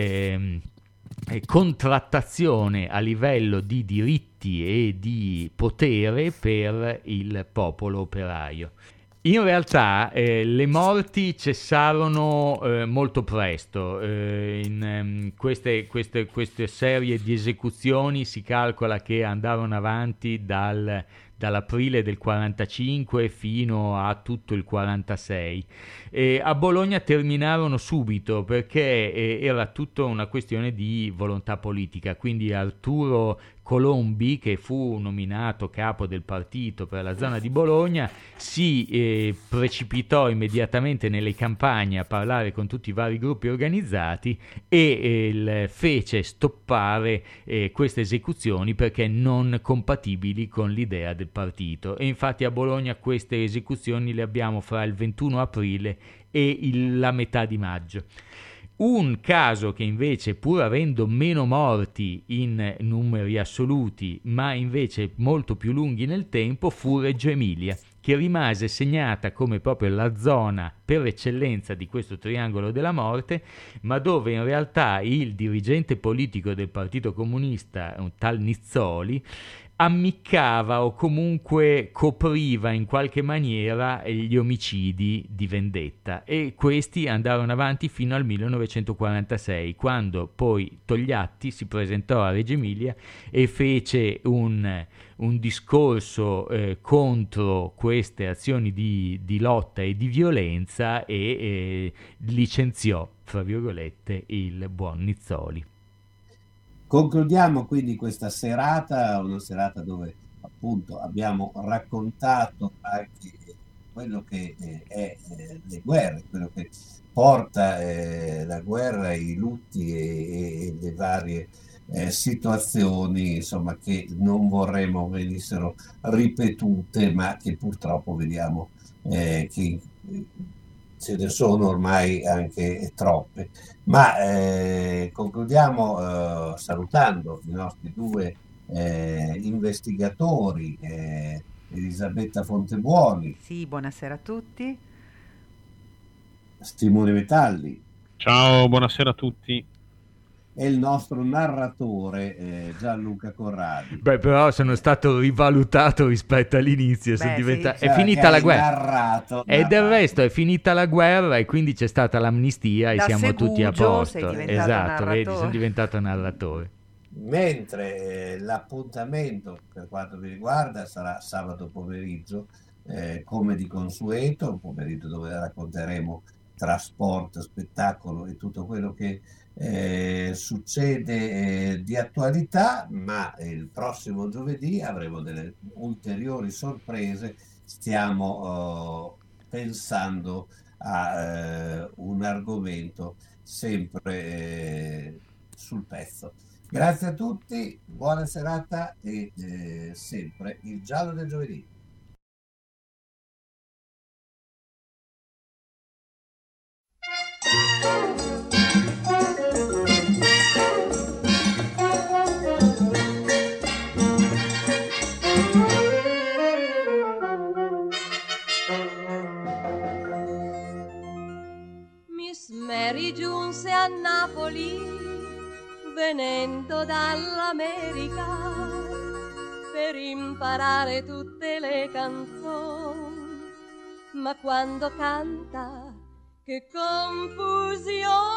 contrattazione a livello di diritti e di potere per il popolo operaio. In realtà le morti cessarono molto presto. In queste serie di esecuzioni si calcola che andarono avanti dall'aprile del 45 fino a tutto il 46. A Bologna terminarono subito perché era tutta una questione di volontà politica, quindi Arturo Colombi, che fu nominato capo del partito per la zona di Bologna, si precipitò immediatamente nelle campagne a parlare con tutti i vari gruppi organizzati e fece stoppare queste esecuzioni perché non compatibili con l'idea del partito. E infatti a Bologna queste esecuzioni le abbiamo fra il 21 aprile e la metà di maggio. Un caso che invece, pur avendo meno morti in numeri assoluti, ma invece molto più lunghi nel tempo, fu Reggio Emilia, che rimase segnata come proprio la zona per eccellenza di questo triangolo della morte, ma dove in realtà il dirigente politico del Partito Comunista, un tal Nizzoli, ammiccava o comunque copriva in qualche maniera gli omicidi di vendetta, e questi andarono avanti fino al 1946, quando poi Togliatti si presentò a Reggio Emilia e fece un discorso contro queste azioni di lotta e di violenza e licenziò, fra virgolette, il buon Nizzoli. Concludiamo quindi questa serata, una serata dove appunto abbiamo raccontato anche quello che è le guerre, quello che porta la guerra, i lutti e le varie situazioni insomma che non vorremmo venissero ripetute, ma che purtroppo vediamo che ce ne sono ormai anche troppe. Ma concludiamo salutando i nostri due investigatori, Elisabetta Fontebuoni. Sì, buonasera a tutti. Simone Metalli. Ciao, buonasera a tutti. E il nostro narratore Gianluca Corradi. Beh, però sono stato rivalutato rispetto all'inizio. Beh, è finita la guerra. Narrato. Del resto è finita la guerra e quindi c'è stata l'amnistia e Da siamo tutti a Segugio posto. sei diventato Esatto, narratore. vedi, sono diventato narratore. Mentre l'appuntamento per quanto mi riguarda sarà sabato pomeriggio, come di consueto, un pomeriggio dove racconteremo tra sport, spettacolo e tutto quello che succede di attualità, ma il prossimo giovedì avremo delle ulteriori sorprese. Stiamo pensando a un argomento sempre sul pezzo. Grazie a tutti, buona serata e sempre il giallo del giovedì. Miss Mary giunse a Napoli venendo dall'America per imparare tutte le canzoni, ma quando canta che confusione.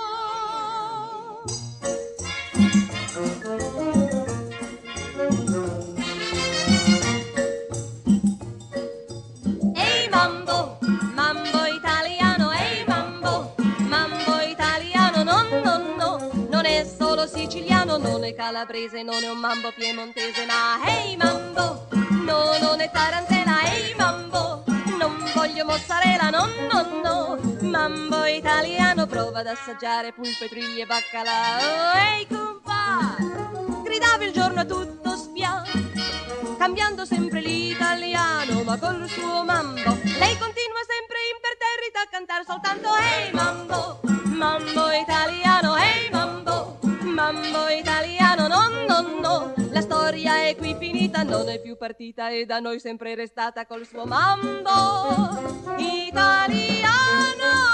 Ehi mambo, mambo italiano, ehi mambo, mambo italiano, no, no, no, non è solo siciliano, non è calabrese, non è un mambo piemontese, ma ehi mambo, no, non è tarantella, ehi mambo, non voglio mozzarella, no, no, no, mambo italiano, prova ad assaggiare pulpe, triglie e baccalà. Ehi compa, gridava il giorno a tutto spiano, cambiando sempre l'italiano, ma col suo mambo lei continua sempre imperterrita a cantare soltanto ehi mambo, mambo italiano, ehi mambo, mambo italiano, no, no, no, la storia è qui finita, non è più partita e da noi sempre restata col suo mambo italiano.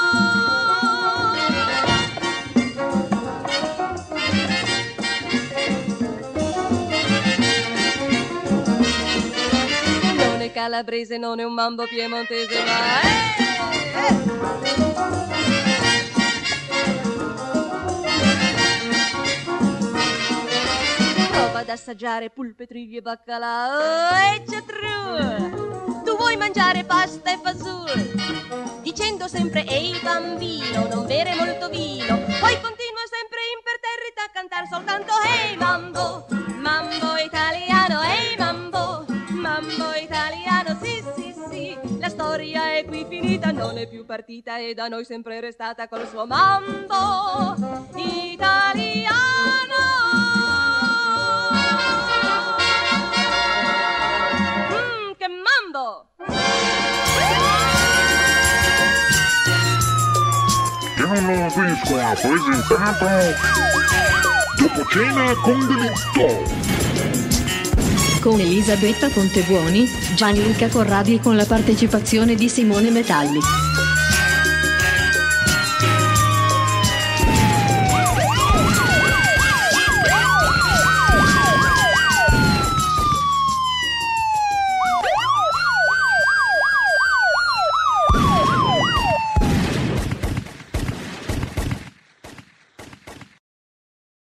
Non è calabrese, non è un mambo piemontese, ma prova ad assaggiare pulpe, triglie e baccalà. E c'è true, tu vuoi mangiare pasta e fagioli, dicendo sempre ehi bambino, non bere molto vino, poi continua sempre imperterrita a cantare soltanto ehi mambo, mambo italiano, ehi mambo, mambo italiano, sì, sì, sì, la storia è qui finita, non è più partita e da noi sempre restata col suo mambo italiano. Che mambo! Giallo Fresco ha presentato Dopo cena con delitto, con Elisabetta Fontebuoni, Gianluca Corradi e con la partecipazione di Simone Metalli.